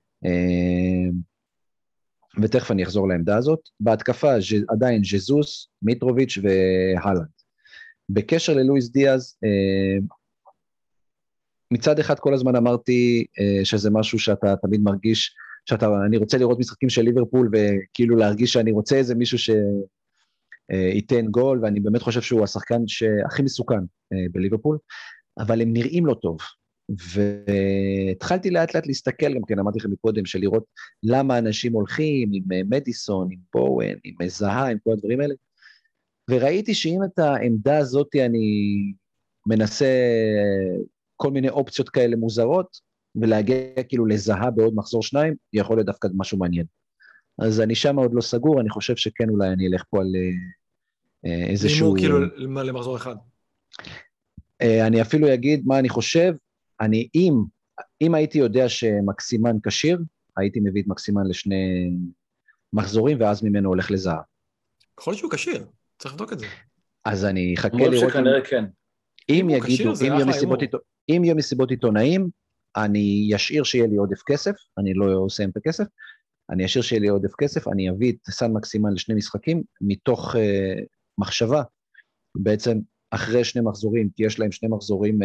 ותכף אני אחזור לעמדה הזאת. בהתקפה עדיין ז'זוס, מיטרוביץ' והלנד. בקשר ללואיס דיאז, מצד אחד כל הזמן אמרתי שזה משהו שאתה תמיד מרגיש, אני רוצה לראות משחקים של ליברפול, וכאילו להרגיש שאני רוצה איזה מישהו שייתן גול, ואני באמת חושב שהוא השחקן שהכי מסוכן בליברפול, אבל הם נראים לא טוב. והתחלתי לאט לאט להסתכל, גם כן אמרתי לכם מקודם, של לראות למה אנשים הולכים עם מדיסון, עם בואן, עם זהה, עם כל הדברים האלה, וראיתי שאם את העמדה הזאת אני מנסה כל מיני אופציות כאלה מוזרות, ולהגיע כאילו לזהה בעוד מחזור 2, יכול להיות דווקא משהו מעניין. אז אני שם עוד לא סגור, אני חושב שכן אולי אני אלך פה על איזשהו... כאילו למחזור 1. אני אפילו אגיד מה אני חושב, אם הייתי יודע שמקסימן קשיר, הייתי מביא את מקסימן לשני מחזורים, ואז ממנו הולך לזהה. יכול להיות שהוא קשיר, צריך לבדוק את זה. אז אני אחכה לראות... לראות... שכנראה כן. אם יגידו, אם יהיו מסיבות עיתונאים, אני ישאיר שיהיה לי עודף כסף, אני לא אסיים את הכסף, אני אשאיר שיהיה לי עודף כסף, אני אביא את סן מקסימן לשני משחקים, מתוך מחשבה, בעצם אחרי שני מחזורים, כי יש להם שני מחזורים,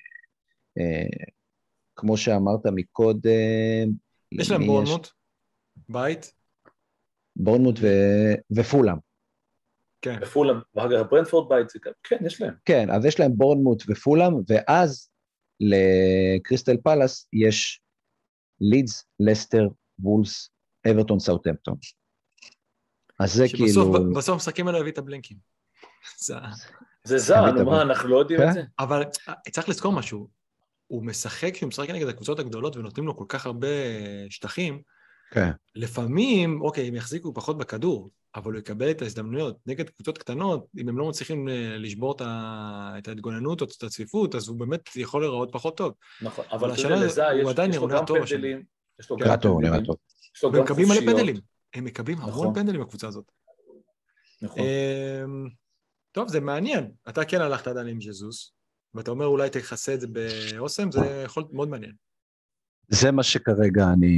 כמו שאמרת מקודם, יש להם בורנמוט, בית. בורנמוט ופולאם. כן. ופולאם, ואגב ברנפורד בית, כן, יש להם. כן, אז יש להם בורנמוט ופולאם, ואז לקריסטל פלאס יש לידס, לסטר, וולס, אברטון, סאוטהמפטון. אז זה כאילו... בסוף משחקים האלה הביא את הבלנקים. זה זר, מה, אנחנו לא יודעים את זה. אבל צריך לזכור משהו, הוא משחק, כשהוא משחק נגד הקבוצות הגדולות ונותנים לו כל כך הרבה שטחים, לפעמים, אוקיי, הם יחזיקו פחות בכדור, אבל הוא יקבל את ההזדמנויות. נגד קבוצות קטנות, אם הם לא מצליחים לשבור את ההתגוננות או את הצפיפות, אז הוא באמת יכול להיראות פחות טוב. נכון, אבל השנה הוא עדיין נראה טוב. יש לו גם פנדלים. והם מקבלים מלא פנדלים. הם מקבלים המון פנדלים בקבוצה הזאת. נכון. טוב, זה מעניין. אתה כן הלכת עדיין עם ז'זוס, ואתה אומר אולי תכסה את זה באוסם, זה יכול להיות מאוד מעניין. זה מה שכרגע אני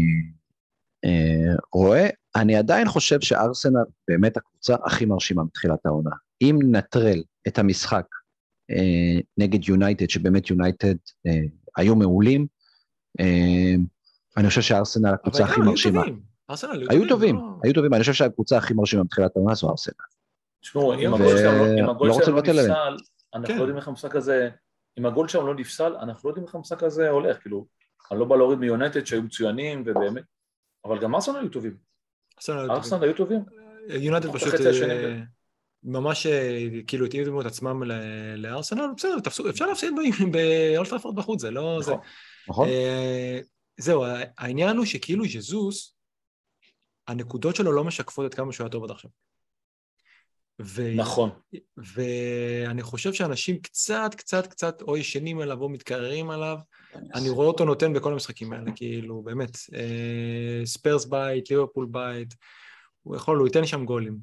רואה. אני עדיין חושב שארסנל באמת הקבוצה הכי מרשימה מתחילת העונה. אם נטרל את המשחק נגד יונייטד, שבאמת יונייטד היו מעולים, אני חושב שארסנל הקבוצה הכי מרשימה. היו טובים, אני חושב שהקבוצה הכי מרשימה מתחילת העונה זו ארסנל. תשמעו, אם הגול שלנו לא נפסל, אנחנו לא יודעים איך המשחק הזה, אם הגול שלנו לא נפסל, אנחנו לא יודעים איך המשחק הזה הולך, כאילו, אני לא בא להוריד מיונייטד שהיו מצוינים ובאמת, אבל גם ארסנל היו טובים. ארסנל היו טובים. יונייטד פשוט ממש כאילו התאימו את עצמם לארסנל, בסדר, אפשר להפסיד באולד טראפורד בחוץ, זה לא זה. נכון. זהו, העניין הוא שכאילו ז'זוס, הנקודות שלו לא משקפות את כמה שהוא היה טוב עד עכשיו. נכון. ואני חושב שאנשים קצת או ישנים עליו או מתקררים עליו, אני רואה אותו נותן בכל המשחקים האלה, כאילו באמת, ספרס בית, ליברפול בית, הוא ייתן שם גולים.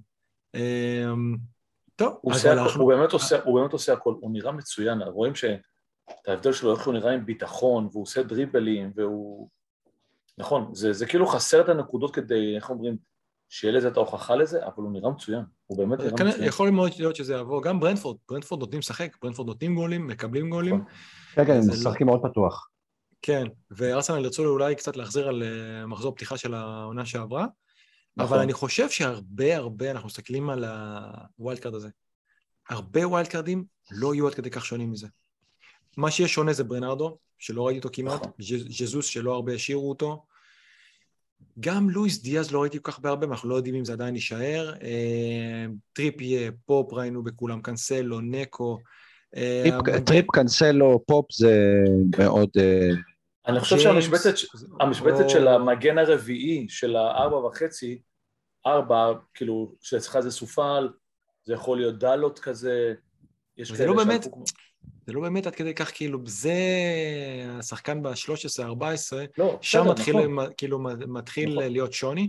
טוב, הוא באמת עושה הכל, הוא נראה מצוין, רואים שאת ההבדל שלו, איך הוא נראה עם ביטחון, והוא עושה דריבלים, והוא... נכון, זה כאילו חסר את הנקודות כדי, איך אומרים, שיהיה לזה את ההוכחה לזה, אבל הוא נראה מצוין, הוא באמת נראה מצוין. יכול מאוד להיות שזה יעבור, גם ברנפורד נותנים לשחק, ברנפורד נותנים גולים, מקבלים גולים. כן, הם משחקים מאוד פתוח. כן, וארסנל ירצו אולי קצת להחזיר על מחזור פתיחה של העונה שעברה, אבל אני חושב שהרבה, אנחנו מסתכלים על הווילד קארד הזה, הרבה ווילד קארדים לא יהיו עד כדי כך שונים מזה. מה שיש שונה זה ברנרדו, שלא ראיתי אותו כמעט, ז'זוס שלא הרבה השאירו אותו, גם לואיס דיאז לא ראיתי כל כך בהרבה, אנחנו לא יודעים אם זה עדיין יישאר, טריפיה, פופ ראינו בכולם, קנסלו, נקו. טריפ, קנסלו, פופ זה מאוד... אני חושב שהמשבצת של המגן הרביעי של 4.5, כאילו שאצלך זה סופל, זה יכול להיות דלות כזה, זה לא באמת עד כדי כך, כאילו, זה השחקן ב-13-14, שם מתחיל להיות שוני,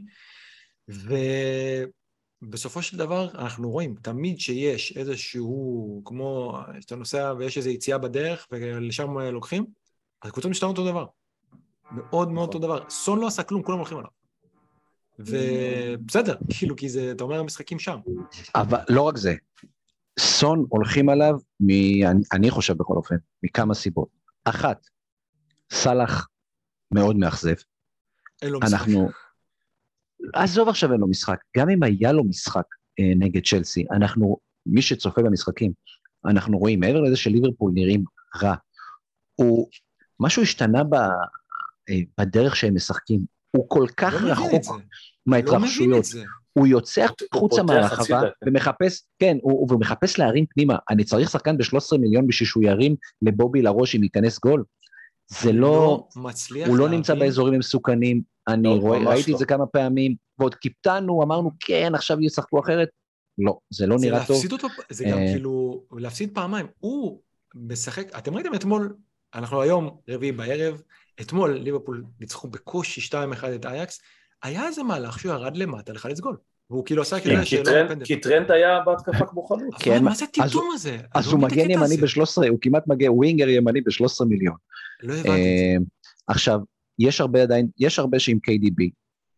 ובסופו של דבר אנחנו רואים, תמיד שיש איזשהו, כמו שאתה נוסע ויש איזו יציאה בדרך, ולשם לוקחים, אז הקבוצות משתנות אותו דבר, מאוד מאוד אותו דבר, סון לא עשה כלום, כולם הולכים עליו, ובסדר, כאילו, כי זה, אתה אומר, המשחקים שם. אבל לא רק זה, סון הולכים עליו, אני חושב בכל אופן, מכמה סיבות. אחת, סלאח מאוד מאכזב. אין לו משחק. עזוב עכשיו אין לו משחק, גם אם היה לו משחק נגד צ'לסי, מי שצופה במשחקים, אנחנו רואים, מעבר לזה שליברפול נראים רע, משהו השתנה בדרך שהם משחקים, הוא כל כך רחוק מההתרחשויות. הוא יוצא חוצה מהרחבה ומחפש, כן, הוא מחפש להרים פנימה, אני צריך שחקן ב-13 מיליון בשביל שהוא ירים לבובי לראש אם ייכנס גול, זה לא, הוא לא נמצא באזורים המסוכנים, אני ראיתי את זה כמה פעמים, ועוד קיפטנו, אמרנו כן, עכשיו ישחקו אחרת, לא, זה לא נראה טוב. זה גם כאילו, להפסיד פעמיים, הוא משחק, אתם ראיתם אתמול, אנחנו היום רביעי בערב, אתמול ליברפול ניצחו בקושי 2-1 את אייקס, היה איזה מהלך שהוא ירד למטה לחלץ גול, והוא כאילו עשה כזה שלא פנדל. כי טרנט היה בהתקפה כמו חלוץ. מה זה הטיטום הזה? אז הוא מגן ימני ב-13, הוא כמעט מגן ווינגר ימני ב-13 מיליון. לא הבנתי את זה. עכשיו, יש הרבה שעם KDB,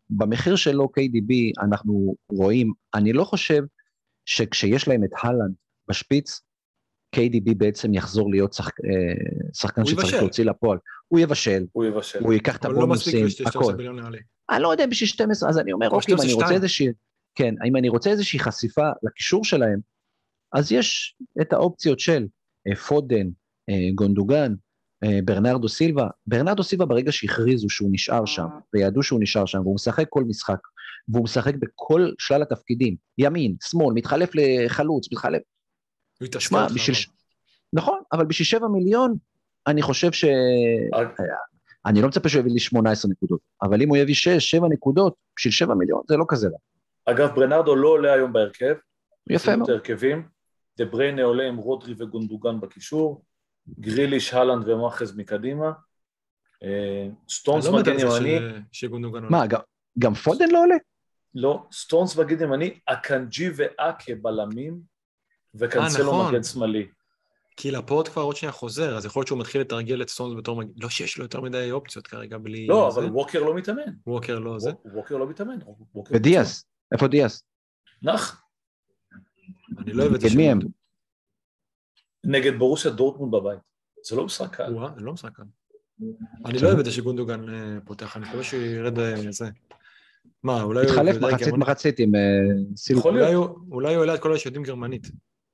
במחיר שלו KDB אנחנו רואים, אני לא חושב שכשיש להם את הלנד בשפיץ, KDB בעצם יחזור להיות שחקן שצריך להוציא לפועל. הוא יבשל, הוא ייקח את הבונוסים, הכל. אני לא יודע בשביל 12, אז אני אומר, אוקיי, אם אני רוצה איזושהי חשיפה לקישור שלהם, אז יש את האופציות של פודן, גונדוגן, ברנרדו סילבה ברגע שהכריזו שהוא נשאר שם, וידעו שהוא נשאר שם, והוא משחק כל משחק, והוא משחק בכל שלל התפקידים, ימין, שמאל, מתחלף לחלוץ, מתחלף. שמה, נכון, אבל בשביל 7 מיליון, אני חושב אני לא מצפה שהוא יביא לי 18 נקודות, אבל אם הוא יביא 6-7 נקודות, בשביל 7 מיליון, זה לא כזה. אגב, ברנרדו לא עולה היום בהרכב. יפה מאוד. דה בריינה עולה עם רודרי וגונדוגן בקישור, גריליש, הלנד ומאחז מקדימה, סטונס מגן ימני. מה, גם פודן לא עולה? לא, סטונס מגן ימני, אקנג'י ואקה בלמים, וקנסלו מגן שמאלי. כי לפורט כבר עוד שנייה חוזר, אז יכול להיות שהוא מתחיל לתרגל את סטונס בתור מגן, לא שיש לו יותר מדי אופציות כרגע בלי... לא, אבל ווקר לא מתאמן. ווקר לא זה? ווקר לא מתאמן. ודיאס, איפה דיאס? נח. אני לא אוהב את זה. נגד מי הם? נגד בורוסיה דורטמונד בבית. זה לא משחק קל. זה לא משחק קל. אני לא אוהב את זה שגונדוגן פותח, אני מקווה שהוא ירד לזה. מה, אולי... התחלף מחצית עם סילוק. אולי הוא העלה את כל הישודים גרמנית.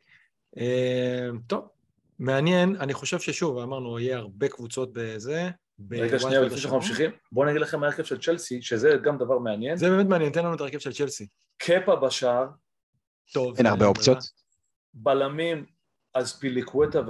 טוב, מעניין, אני חושב ששוב, אמרנו, יהיה הרבה קבוצות בזה. רגע שנייה, לפני שאנחנו ממשיכים, בואו נגיד לכם ההרכב של צ'לסי, שזה גם דבר מעניין. זה באמת מעניין, תן לנו את ההרכב של צ'לסי. קפה בשער. טוב. אין הרבה אופציות. בלמים, אז פיליקווטה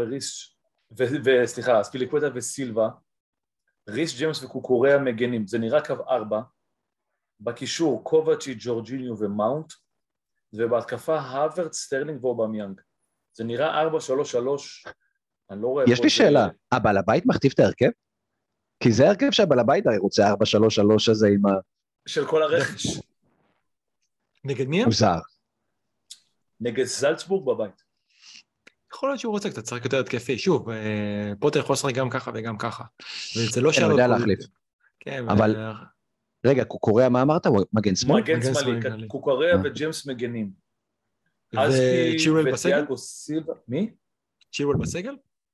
וסילבה, ריס ג'יימס וקוקוריה מגנים, זה נראה קו 4, בקישור קובצ'י, ג'ורג'יניו ומאונט, ובהתקפה האברט, סטרלינג ואובמיאנג. זה נראה 4-3-3, אני לא רואה... יש לי שאלה, הבעל הבית מכתיב את ההרכב? כי זה ההרכב שהבעל הבית רוצה 4-3-3 הזה עם ה... של כל הרכש. נגד מי? מוזר. נגד זלצבורג בבית. יכול להיות שהוא רוצה קצת שחק יותר התקפי, שוב, פוטר יכול לשחק גם ככה וגם ככה, וזה לא שאלה... אני יודע להחליף. כן, אבל... רגע, קוקוריה, מה אמרת? מגן שמאל? מגן שמאלי, קוקוריה וג'יימס מגנים. וצ'ילואל בסגל? מי? צ'ילואל בסגל?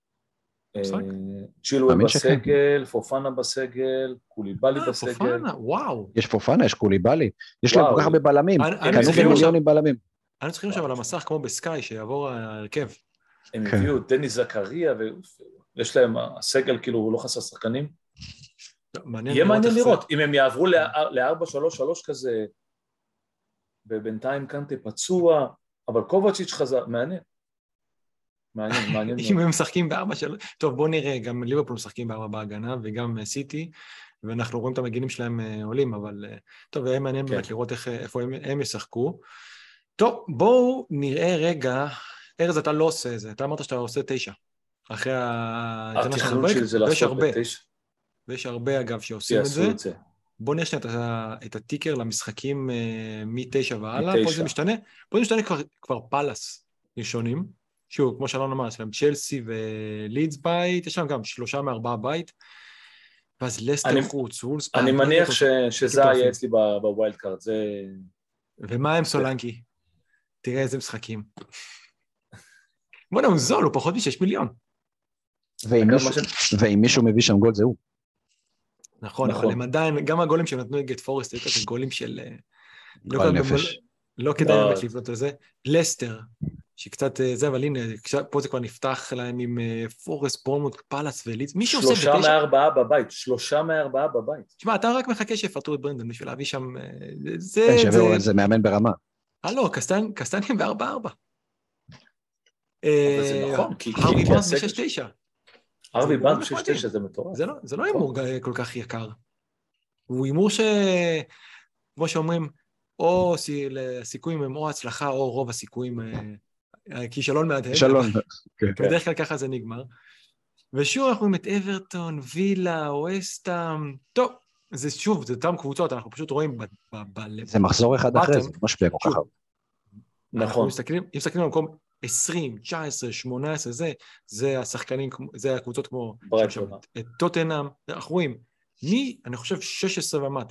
צ'ילואל בסגל, פופנה בסגל, קוליבאלי בסגל. פופנה, וואו. יש פופנה, יש קוליבאלי. יש להם כל כך הרבה בלמים. קנו במיליונים בלמים. אני צריכים עכשיו על המסך כמו בסקאי, שיעבור ההרכב. הם הביאו את דני זקריה, ויש להם הסגל, כאילו הוא לא חסר שחקנים. יהיה מעניין לראות, אם הם יעברו ל-4-3-3 כזה, ובינתיים קנטה פצוע, אבל קובצ'יץ' חזר, מעניין. מעניין. אם הם משחקים ב-4-3, טוב בוא נראה, גם ליברפול משחקים ב-4 בהגנה, וגם סיטי, ואנחנו רואים את המגינים שלהם עולים, אבל טוב, יהיה מעניין באמת לראות איפה הם ישחקו. טוב, בואו נראה רגע, ארז, אתה לא עושה את זה, אתה אמרת שאתה עושה 9, אחרי התכנון של זה לעשות ב-9. ויש הרבה אגב שעושים את זה. בואו נראה שנייה את הטיקר למשחקים מ-9 והלאה, פה זה משתנה כבר פלס ראשונים, שוב, כמו שלנו אמר, יש להם צ'לסי ולידס בית, יש להם גם 3 מ-4 בית, ואז לסטר חוץ, וולספארק. אני מניח שזה היה אצלי בווילד קארד, זה... ומה עם סולנקי? תראה איזה משחקים. בוא'נה, הוא זול, הוא פחות מ6 מיליון. ואם מישהו מביא שם גול, זהו. נכון, אבל הם עדיין, גם הגולים שהם נתנו נגד פורסט, זה גולים של... גול נפש. לא כדאי באמת לבנות על זה. לסטר, שקצת זה, אבל הנה, פה זה כבר נפתח להם עם פורסט, בורנמוט, פלאס ולידס. 3 מ-4 בבית, 3 מ-4 בבית. תשמע, אתה רק מחכה שיפטרו את ברנדון בשביל להביא שם... זה מאמן ברמה. לא, קסטנים ב-4-4. אבל זה נכון, כי... הרבי ברנס ב-6-9. הרבי ברנס ב-6-9 זה מטורף. זה לא הימור כל כך יקר. הוא הימור כמו שאומרים, או הסיכויים הם או הצלחה, או רוב הסיכויים כישלון מהדהד. כישלון. בדרך כלל ככה זה נגמר. ושוב אנחנו רואים את אברטון, וילה, אווסטהאם. טוב, זה שוב, זה אותם קבוצות, אנחנו פשוט רואים זה מחזור אחד אחרי, זה משפיע כל כך. נכון. אם מסתכלים על מקום 20, 19, 18, זה השחקנים, זה הקבוצות כמו טוטנהאם, אנחנו רואים, אני חושב 16 ומטה,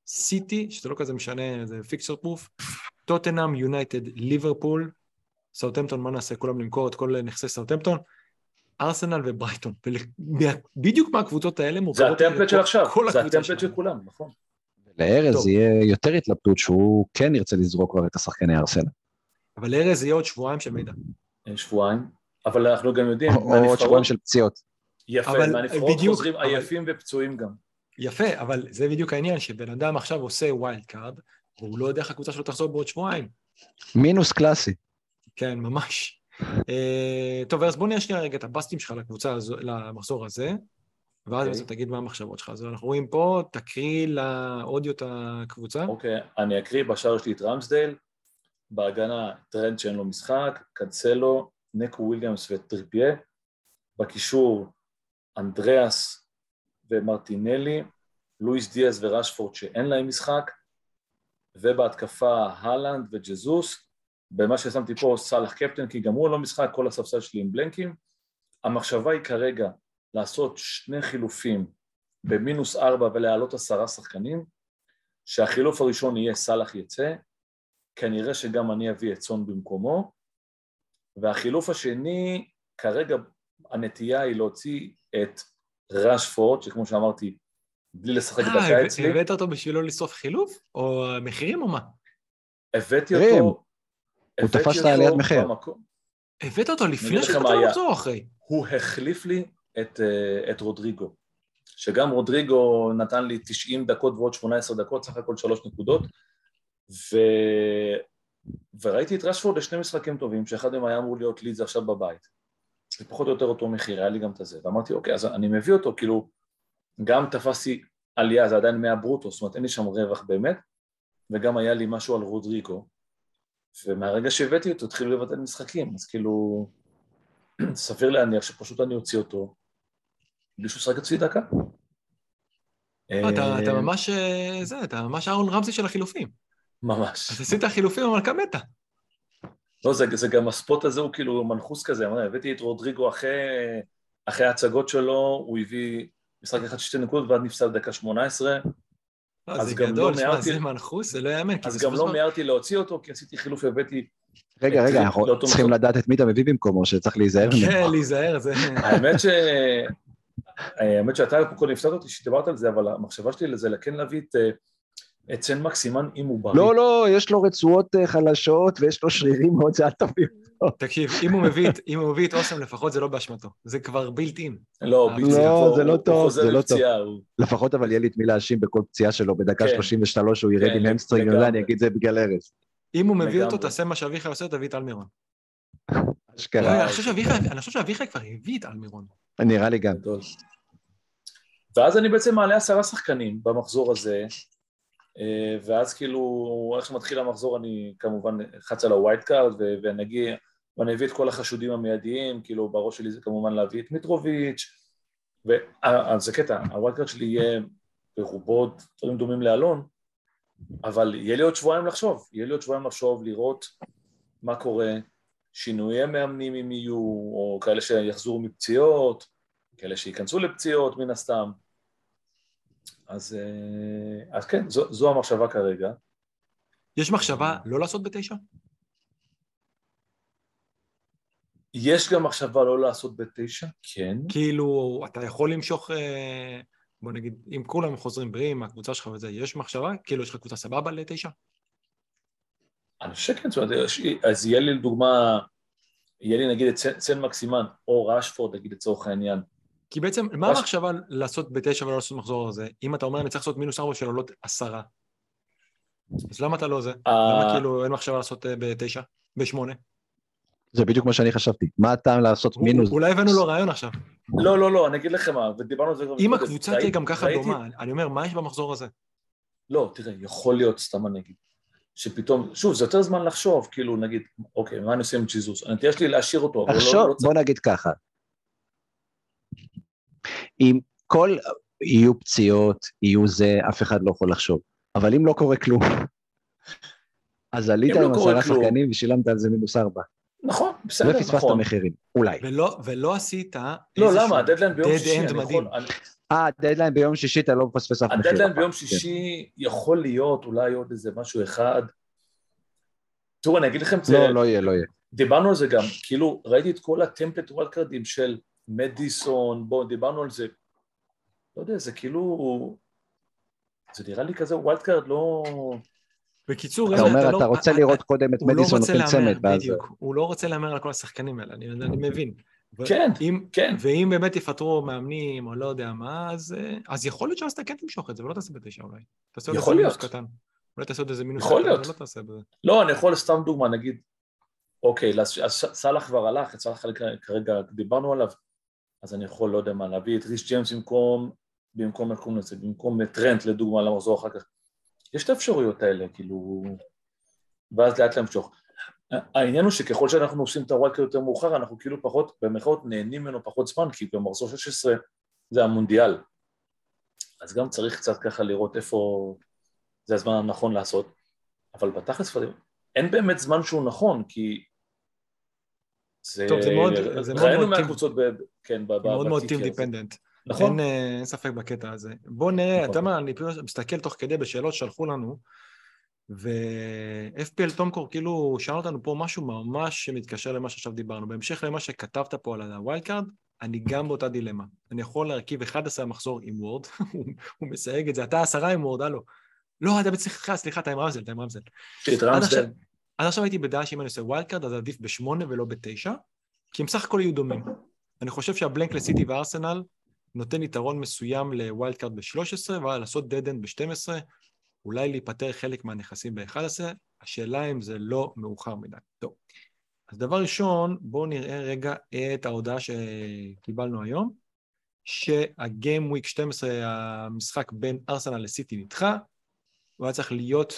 סיטי, שזה לא כזה משנה, זה פיקצ'ר פרוף, טוטנהאם, יונייטד, ליברפול, סאות'המפטון, מה נעשה? כולם למכור את כל נכסי סאות'המפטון, ארסנל וברייטון, בדיוק מהקבוצות האלה מוכרות... זה הטמפלט של עכשיו, זה הטמפלט של כולם, נכון. לארז יהיה יותר התלבטות שהוא כן ירצה לזרוק כבר את השחקני ארסנל. אבל לארז יהיה עוד שבועיים של מידע. שבועיים, אבל אנחנו גם יודעים... או עוד שבועיים של פציעות. יפה, מהנבחרות חוזרים עייפים ופצועים גם. יפה, אבל זה בדיוק העניין, שבן אדם עכשיו עושה ווילד קארד, והוא לא יודע איך הקבוצה שלו תחזור בעוד שבועיים. מינוס קלאסי. כן, ממש. טוב, אז בוא נראה שנייה רגע את הבסטים שלך למחזור הזה, ואז בעצם תגיד מה המחשבות שלך. אז אנחנו רואים פה, תקריא לאודיו את הקבוצה. אוקיי, אני אקריא, בשער שלי את רמסדייל, בהגנה טרנד שאין לו משחק, קנסלו, נקו וויליאמס וטריפיה, בקישור אנדריאס ומרטינלי, לואיס דיאז ורשפורד שאין להם משחק, ובהתקפה הלנד וג'זוס, במה ששמתי פה סלח קפטן, כי גם הוא לא משחק, כל הספסל שלי עם בלנקים. המחשבה היא כרגע לעשות 2 חילופים במינוס 4 ולהעלות 10 שחקנים, שהחילוף הראשון יהיה סלח יצא, כנראה שגם אני אביא את סון במקומו, והחילוף השני, כרגע הנטייה היא להוציא את רשפורד, שכמו שאמרתי, בלי לשחק דקה אצלי. הבאת אותו בשבילו לשרוף חילוף? או מחירים או מה? הבאתי אותו... הוא תפס את העליית מחיר. הבאת אותו לפני שחצה לחזור אחרי. הוא החליף לי את רודריגו, שגם רודריגו נתן לי 90 דקות ועוד 18 דקות, סך הכל 3 נקודות, וראיתי את רשפורד לשני משחקים טובים, שאחד מהם היה אמור להיות לי זה עכשיו בבית. זה פחות או יותר אותו מחיר, היה לי גם את זה, ואמרתי, אוקיי, אז אני מביא אותו, כאילו, גם תפסתי עלייה, זה עדיין 100 ברוטו, זאת אומרת, אין לי שם רווח באמת, וגם היה לי משהו על רודריגו, ומהרגע שהבאתי אותו, התחילו לבטל משחקים, אז כאילו, סביר להניח שפשוט אני אוציא אותו, בלי שהוא שחק אצלי דקה. אתה ממש, אתה ממש אהרון רמזי של החילופים. ממש. אז עשית החילופים, אבל כמתה. לא, זה גם הספוט הזה הוא כאילו מנחוס כזה, הבאתי את רודריגו אחרי ההצגות שלו, הוא הביא משחק אחד 2 נקודות, ועד נפסל דקה 18, זה גדול, שמה, זה מנחוס, זה לא יאמן. אז גם לא מיהרתי להוציא אותו, כי עשיתי חילוף, הבאתי... רגע, אנחנו צריכים לדעת את מי אתה מביא במקומו, שצריך להיזהר. כן, להיזהר, זה... האמת שאתה קודם הפתעת אותי שדיברת על זה, אבל המחשבה שלי זה כן להביא את סן מקסימן אם הוא בריא. לא, יש לו רצועות חלשות, ויש לו שרירים מאוד, זה אל תביא אותו. תקשיב, אם הוא מביא את אוסם, לפחות זה לא באשמתו, זה כבר בילט-אין. לא, זה לא טוב, זה לא טוב. לפחות אבל יהיה לי את מי להאשים בכל פציעה שלו, בדקה 33 הוא ירד עם המסטרינג, אני אגיד זה בגלל ארז. אם הוא מביא אותו, תעשה מה שאביחי עושה, תביא את אלמירון. אני חושב שאביחי כבר הביא את אלמירון. נראה לי גם. ואז אני בעצם מעלה 10 שחקנים במחזור הזה, ואז כאילו, איך שמתחיל המחזור, אני כמובן חץ על הווייד קארד, ואני אביא את כל החשודים המיידיים, כאילו בראש שלי זה כמובן להביא את מיטרוביץ', אז זה קטע, הווייד קארד שלי יהיה ברובו דברים דומים לאלון, אבל יהיה לי עוד שבועיים לחשוב, לראות מה קורה, שינויי מאמנים אם יהיו, או כאלה שיחזרו מפציעות, כאלה שיכנסו לפציעות מן הסתם, אז כן, זו המחשבה כרגע. יש מחשבה לא לעשות ב9? יש גם מחשבה לא לעשות ב9, כן. כאילו, אתה יכול למשוך, בוא נגיד, אם כולם חוזרים בריאים, הקבוצה שלך וזה, יש מחשבה? כאילו, יש לך קבוצה סבבה ל9? אני חושב שכן, אז יהיה לי לדוגמה, יהיה לי נגיד את סן מקסימן, או רשפורד, נגיד לצורך העניין, כי בעצם, מה המחשבה לעשות ב9 ולא לעשות מחזור הזה? אם אתה אומר, אני צריך לעשות מינוס 4 של עולות 10. אז למה אתה לא זה? למה כאילו אין מחשבה לעשות ב9? ב8? זה בדיוק מה שאני חשבתי. מה הטעם לעשות מינוס? אולי הבאנו לו רעיון עכשיו. לא, אני אגיד לכם מה, ודיברנו על זה... אם הקבוצה תהיה גם ככה דומה, אני אומר, מה יש במחזור הזה? לא, תראה, יכול להיות סתם אני אגיד, שפתאום, שוב, זה יותר זמן לחשוב, כאילו נגיד, אוקיי, מה אני עושה עם ג'יזוס? אני תהיה לי להשאיר אותו, אבל לא... בוא נגיד ככה. אם כל יהיו פציעות, יהיו זה, אף אחד לא יכול לחשוב. אבל אם לא קורה כלום, אז עלית עם 10 שחקנים ושילמת על זה מינוס 4. נכון, בסדר, נכון. ופספסת מחירים, אולי. ולא עשית לא, למה? הדדליין ביום שישי, אני יכול... הדדליין ביום שישי, אתה לא מפספס אף מחיר. הדדליין ביום שישי יכול להיות אולי עוד איזה משהו אחד. תראו, אני אגיד לכם, לא יהיה. דיברנו על זה גם, כאילו, ראיתי את כל הטמפלט וולקרדים של מדיסון, בואו, דיברנו על זה, לא יודע, זה כאילו, זה נראה לי כזה וולקרד לא... בקיצור, אתה אומר, אתה רוצה לראות קודם את מדיסון נותן צמד. בדיוק, הוא לא רוצה להמר על כל השחקנים האלה, אני מבין. כן. ואם באמת יפטרו מאמנים או לא יודע מה, אז יכול להיות שאז אתה כן תמשוך את זה, ולא תעשה בתשע אולי. יכול להיות. אולי תעשה עוד איזה מינוס קטן, ולא תעשה בזה. לא, אני יכול סתם דוגמה, נגיד, אוקיי, אז סלח כבר הלך, את סלח כרגע דיברנו עליו, אז אני יכול, לא יודע מה, להביא את ריש ג'יימס במקום טרנט, לדוגמה, למחזור אחר כך. יש את האפשרויות האלה, כאילו, ואז לאט למשוך. העניין הוא שככל שאנחנו עושים את הוואקר יותר מאוחר, אנחנו כאילו פחות, במחאות נהנים ממנו פחות זמן, כי במחזור 16 זה המונדיאל. אז גם צריך קצת ככה לראות איפה זה הזמן הנכון לעשות, אבל בתכלס אין באמת זמן שהוא נכון, כי זה... טוב, זה ראינו מהקבוצות, כן, מאוד מאוד טים דיפנדנט. נכון? אין ספק בקטע הזה. בוא נראה, אתה יודע, אני מסתכל תוך כדי בשאלות שלחו לנו, ו-FPL תומקור כאילו שאל אותנו פה משהו ממש שמתקשר למה שעכשיו דיברנו. בהמשך למה שכתבת פה על הווילד קארד, אני גם באותה דילמה. אני יכול להרכיב 11 מחזור עם וורד, הוא מסייג את זה, אתה 10 עם וורד, לא, אתה בצליחה, סליחה, אתה עם רמזל. אז עכשיו הייתי בדעה שאם אני עושה ווילד קארד, אז עדיף ב8 ולא ב9, כי הם סך הכל יהיו דומים. אני חושב שהבלנק לסיטי וארסנל נותן יתרון מסוים לווילד קארד ב13, ולעשות דד-אנד ב12, אולי להיפטר חלק מהנכסים ב11, השאלה אם זה לא מאוחר מדי. טוב, אז דבר ראשון, בואו נראה רגע את ההודעה שקיבלנו היום, שהגיים וויק 12, המשחק בין ארסנל לסיטי נדחה, הוא היה צריך להיות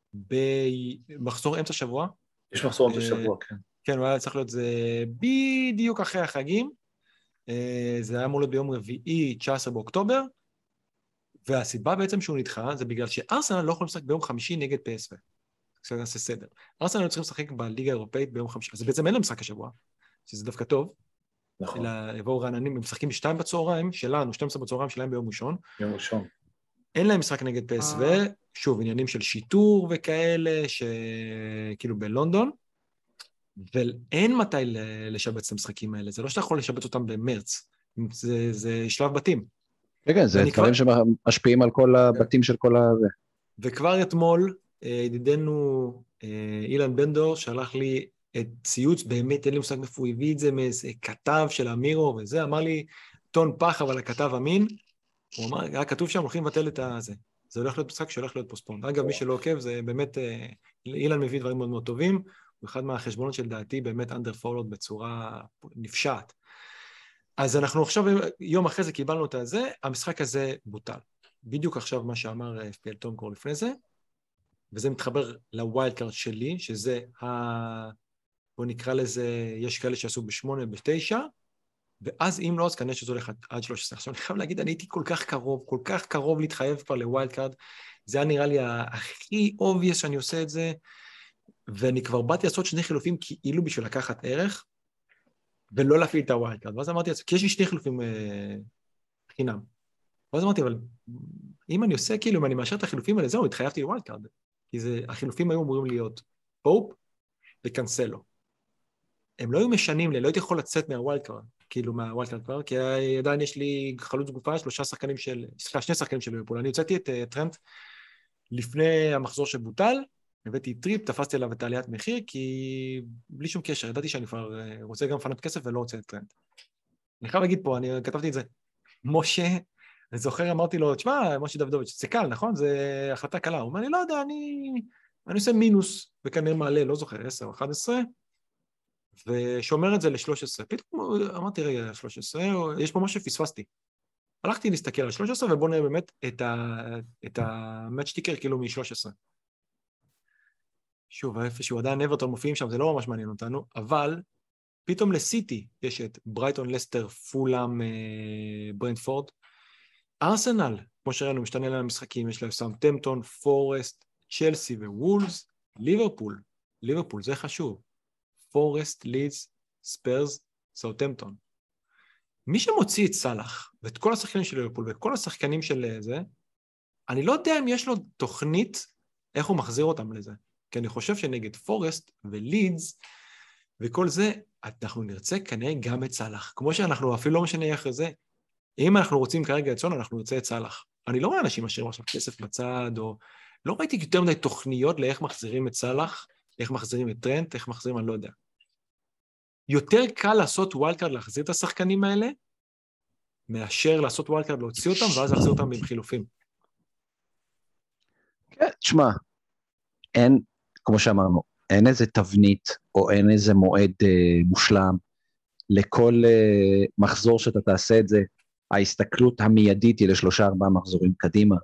במחזור אמצע שבוע. יש מחזור אמצע שבוע, כן. כן, הוא היה צריך להיות זה בדיוק אחרי החגים, זה היה אמור להיות ביום רביעי, 19 באוקטובר, והסיבה בעצם שהוא נדחה, זה בגלל שארסנל לא יכול לשחק ביום חמישי נגד PSV. זה נעשה סדר. ארסנל לא צריכים לשחק בליגה האירופאית ביום חמישי, אז בעצם אין להם משחק השבוע, שזה דווקא טוב. נכון. אלא יבואו רעננים, הם משחקים ב2 בצהריים, שלנו, 12 בצהריים שלהם ביום ראשון. יום ראשון. אין להם משחק נגד PSV, שוב, עניינים של שיטור וכאלה, שכאילו בלונדון, ואין מתי לשבץ את המשחקים האלה, זה לא שאתה יכול לשבץ אותם במרץ, זה שלב בתים. כן, זה דברים שמשפיעים על כל הבתים של כל הזה. וכבר אתמול, ידידנו אילן בנדור, שלח לי את ציוץ, באמת אין לי מושג איפה הוא הביא את זה, מאיזה כתב של אמירו וזה, אמר לי, טון פח, אבל הכתב אמין, הוא אמר, היה כתוב שם, הולכים לבטל את הזה. זה הולך להיות משחק שהולך להיות פוסטפונד. אגב, מי שלא עוקב, זה באמת, אילן מביא דברים מאוד מאוד טובים, הוא אחד מהחשבונות של דעתי, באמת אנדר פולוד בצורה נפשעת. אז אנחנו עכשיו, יום אחרי זה קיבלנו את הזה, המשחק הזה בוטל. בדיוק עכשיו מה שאמר FPL תומקור לפני זה, וזה מתחבר לווילד קארד שלי, שזה בוא נקרא לזה, יש כאלה שעשו ב8, ב9, ואז אם לא, אז כנראה שזה הולך עד 13. עכשיו אני חייב להגיד, אני הייתי כל כך קרוב להתחייב כבר לווילד קארד, זה היה נראה לי הכי obvious שאני עושה את זה, ואני כבר באתי לעשות שני חילופים כאילו בשביל לקחת ערך, ולא להפעיל את הווילד קארד. ואז אמרתי, כי יש לי שני חילופים חינם. ואז אמרתי, אבל אם אני עושה, כאילו, אם אני מאשר את החילופים האלה, זהו, התחייבתי לווילד קארד. כי החילופים היו אמורים להיות פופ וקנסלו. הם לא היו משנים לי, לא הייתי יכול לצאת מהווילד קארד, כאילו מהווילד קארד כבר, כי עדיין יש לי חלוץ גופה, שני שחקנים של ליברפול. אני הוצאתי את טרנט לפני המחזור שבוטל, הבאתי טריפ, תפסתי עליו את העליית מחיר, כי בלי שום קשר, ידעתי שאני כבר רוצה גם לפנות כסף ולא רוצה את טרנט. אני חייב להגיד פה, אני כתבתי את זה, משה, אני זוכר, אמרתי לו, תשמע, משה דודוביץ', זה קל, נכון? זה החלטה קלה. הוא אומר לי, לא יודע, אני עושה מינוס, וכנראה מעלה, לא זוכר, 10 או 11, ושומר את זה ל-13. פתאום אמרתי, רגע, 13, יש פה משהו שפספסתי. הלכתי להסתכל על 13, ובוא נראה באמת את המאצ'טיקר כאילו מ-13. שוב, איפשהו עדיין אברטון מופיעים שם, זה לא ממש מעניין אותנו, אבל פתאום לסיטי יש את ברייטון, לסטר, פולאם, ברנטפורד, ארסנל, כמו שראינו, משתנה להם המשחקים, יש להם פורסט, לידס, ספרס, סאות'המפטון. מי שמוציא את סלאח, ואת כל השחקנים של ליברפול, ואת כל השחקנים של זה, אני לא יודע אם יש לו תוכנית איך הוא מחזיר אותם לזה. כי אני חושב שנגד פורסט ולידס, וכל זה, אנחנו נרצה כנראה גם את סלאח. כמו שאנחנו אפילו לא משנה אחרי זה, אם אנחנו רוצים כרגע את סון, אנחנו נרצה את סלאח. אני לא רואה אנשים משאירים עכשיו כסף בצד, או לא ראיתי יותר מדי תוכניות לאיך מחזירים את סלאח, איך מחזירים את טרנט, איך מחזירים, אני לא יודע. יותר קל לעשות ווילדקארד, להחזיר את השחקנים האלה, מאשר לעשות ווילדקארד, להוציא אותם, ואז להחזיר אותם בחילופים. כן, תשמע, אין, כמו שאמרנו, אין איזה תבנית, או אין איזה מועד מושלם, לכל מחזור שאתה תעשה את זה, ההסתכלות המיידית היא ל3-4 מחזורים קדימה,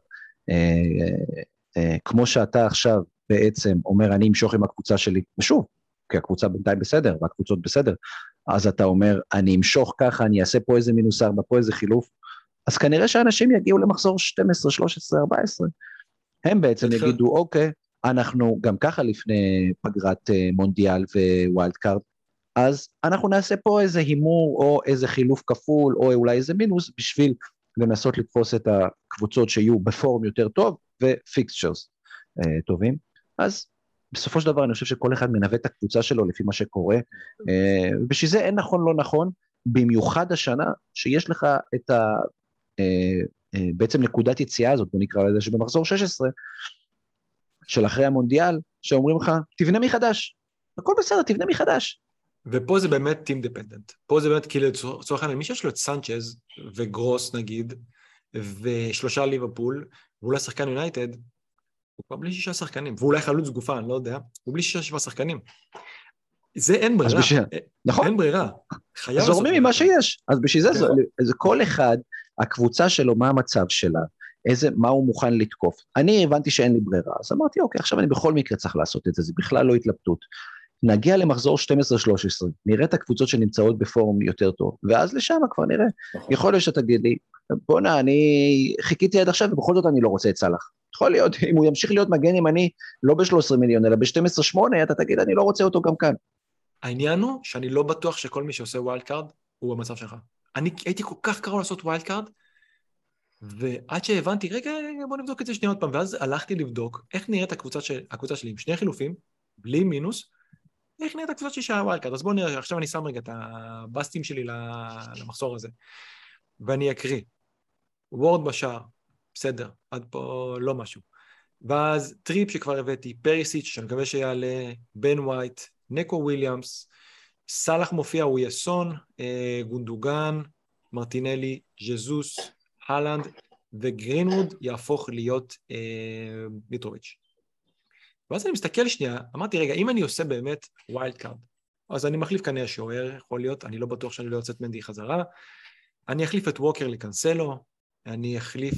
כמו שאתה עכשיו בעצם אומר, אני אמשוך עם הקבוצה שלי, ושוב, כי הקבוצה בינתיים בסדר, והקבוצות בסדר, אז אתה אומר, אני אמשוך ככה, אני אעשה פה איזה מינוס 4, פה איזה חילוף, אז כנראה שאנשים יגיעו למחזור 12, 13, 14, הם בעצם יגידו, אוקיי, אנחנו גם ככה לפני פגרת מונדיאל ווילד קארד, אז אנחנו נעשה פה איזה הימור, או איזה חילוף כפול, או אולי איזה מינוס, בשביל לנסות לתפוס את הקבוצות שיהיו בפורם יותר טוב, ופיקסצ'רס טובים. אז בסופו של דבר אני חושב שכל אחד מנווט את הקבוצה שלו לפי מה שקורה, ובשביל זה אין נכון לא נכון, במיוחד השנה שיש לך את בעצם נקודת יציאה הזאת, בוא נקרא לזה שבמחזור 16, של אחרי המונדיאל, שאומרים לך, תבנה מחדש, הכל בסדר, תבנה מחדש. ופה זה באמת טים דפנדנט, פה זה באמת כאילו, לצורך העניין, מי שיש לו את סנצ'ז וגרוס נגיד, ושלושה ליברפול, ואולי שחקן יונייטד, הוא כבר בלי 6 שחקנים, ואולי חלוץ גופה, אני לא יודע, הוא בלי 6-7 שחקנים. זה אין ברירה, נכון. אין ברירה. זורמים ממה שיש, אז בשביל זה כל אחד, הקבוצה שלו, מה המצב שלה, מה הוא מוכן לתקוף. אני הבנתי שאין לי ברירה, אז אמרתי, אוקיי, עכשיו אני בכל מקרה צריך לעשות את זה, זה בכלל לא התלבטות. נגיע למחזור 12-13, נראה את הקבוצות שנמצאות בפורום יותר טוב, ואז לשם כבר נראה. יכול להיות שתגיד לי, בוא'נה, אני חיכיתי עד עכשיו, ובכל זאת אני לא רוצה את סלאח. יכול להיות, אם הוא ימשיך להיות מגן ימני, לא ב-13 מיליון, אלא ב-12-8, אתה תגיד, אני לא רוצה אותו גם כאן. העניין הוא שאני לא בטוח שכל מי שעושה ווילד קארד, הוא במצב שלך. אני הייתי כל כך קרוב לעשות ווילד קארד, ועד שהבנתי, רגע, בוא נבדוק את זה שנייה עוד פעם, ואז הלכתי לבדוק איך נראית הקבוצה שלי עם 2 חילופים, בלי מינוס, איך נראית הקבוצה שלי של הווילד קארד. אז בואו נראה, עכשיו אני שם רגע את הבאסטים שלי למחסור הזה, ואני אקריא. וורד בשער, בסדר, עד פה לא משהו. ואז טריפ שכבר הבאתי, פריסיץ' שאני מקווה שיעלה, בן ווייט, נקו וויליאמס, סלאח מופיע, הוא יסון, גונדוגן, מרטינלי, ז'זוס, הלנד, וגרינווד יהפוך להיות מיטרוביץ'. ואז אני מסתכל שנייה, אמרתי, רגע, אם אני עושה באמת ווילד קארד, אז אני מחליף כנראה שוער, יכול להיות, אני לא בטוח שאני לא יוצא את מנדי חזרה, אני אחליף את ווקר לקנסלו, אני אחליף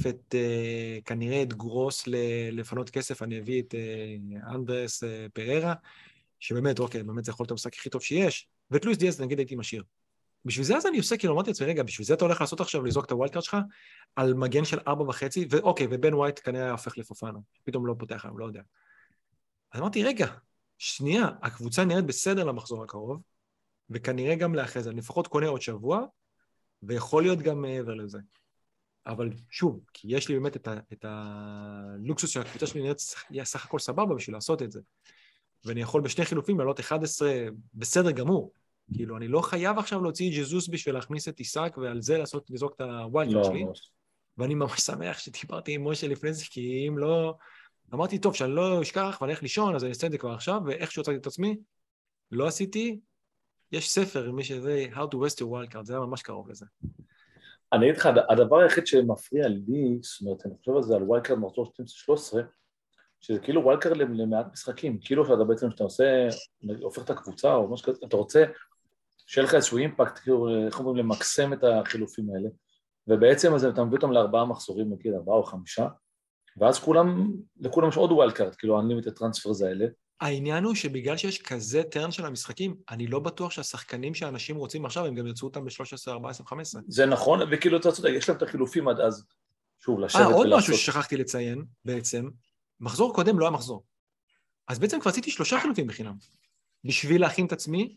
כנראה את גרוס לפנות כסף, אני אביא את אנדרס פררה, שבאמת, אוקיי, באמת זה יכול להיות המשחק הכי טוב שיש, ואת לואיס דיאז נגיד הייתי משאיר. בשביל זה אז אני עושה, כאילו אמרתי לעצמי, רגע, בשביל זה אתה הולך לעשות עכשיו, לזרוק את הווילד קארד שלך, על מגן של 4.5, ואוקיי, ובן ווייט כנראה הופך לפופנה, פתאום לא פותח היום, לא יודע. אז אמרתי, רגע, שנייה, הקבוצה נראית בסדר למחזור הקרוב, וכנראה גם לאחרי זה, אני לפחות קונה עוד שבוע, ויכול להיות גם מעבר לזה. אבל שוב, כי יש לי באמת את הלוקסוס של הקבוצה שלי נראית סך הכל סבבה בשביל לעשות את זה. ואני יכול בשני חילופים לעלות 11 בסדר גמור. כאילו, אני לא חייב עכשיו להוציא את ג'זוס בשביל להכניס את עיסק, ועל זה לזרוק את הווילד שלי. ואני ממש שמח שדיברתי עם משה לפני זה, כי אם לא... אמרתי, טוב, שאני לא אשכח ואני הולך לישון, אז אני אעשה את זה כבר עכשיו, ואיך שהוצאתי את עצמי, לא עשיתי, יש ספר, מי שזה, How to Waste Your Wild Card, זה היה ממש קרוב לזה. אני אגיד לך, הדבר היחיד שמפריע לי, זאת אומרת, אני חושב על זה, על ווילד קארד מחזור 12-13, שזה כאילו ווילד קארד למעט משחקים, כאילו שאתה בעצם, שאתה עושה, הופך את הקבוצה, או משהו כזה, אתה רוצה שיהיה לך איזשהו אימפקט, כאילו, איך אומרים, למקסם את החילופים האלה, ובעצם אז אתה מביא אותם ל4 מחזורים, נגיד 4 או 5, ואז לכולם יש עוד ווילד קארד, כאילו, unlimited טרנספרס האלה. העניין הוא שבגלל שיש כזה טרן של המשחקים, אני לא בטוח שהשחקנים שאנשים רוצים עכשיו, הם גם ירצו אותם ב-13, 14, 15. זה נכון, וכאילו אתה צודק, יש להם את החילופים עד אז, שוב, לשבת ולעשות. עוד משהו ששכחתי לציין, בעצם, מחזור קודם לא היה מחזור. אז בעצם כבר עשיתי 3 חילופים בחינם, בשביל להכין את עצמי,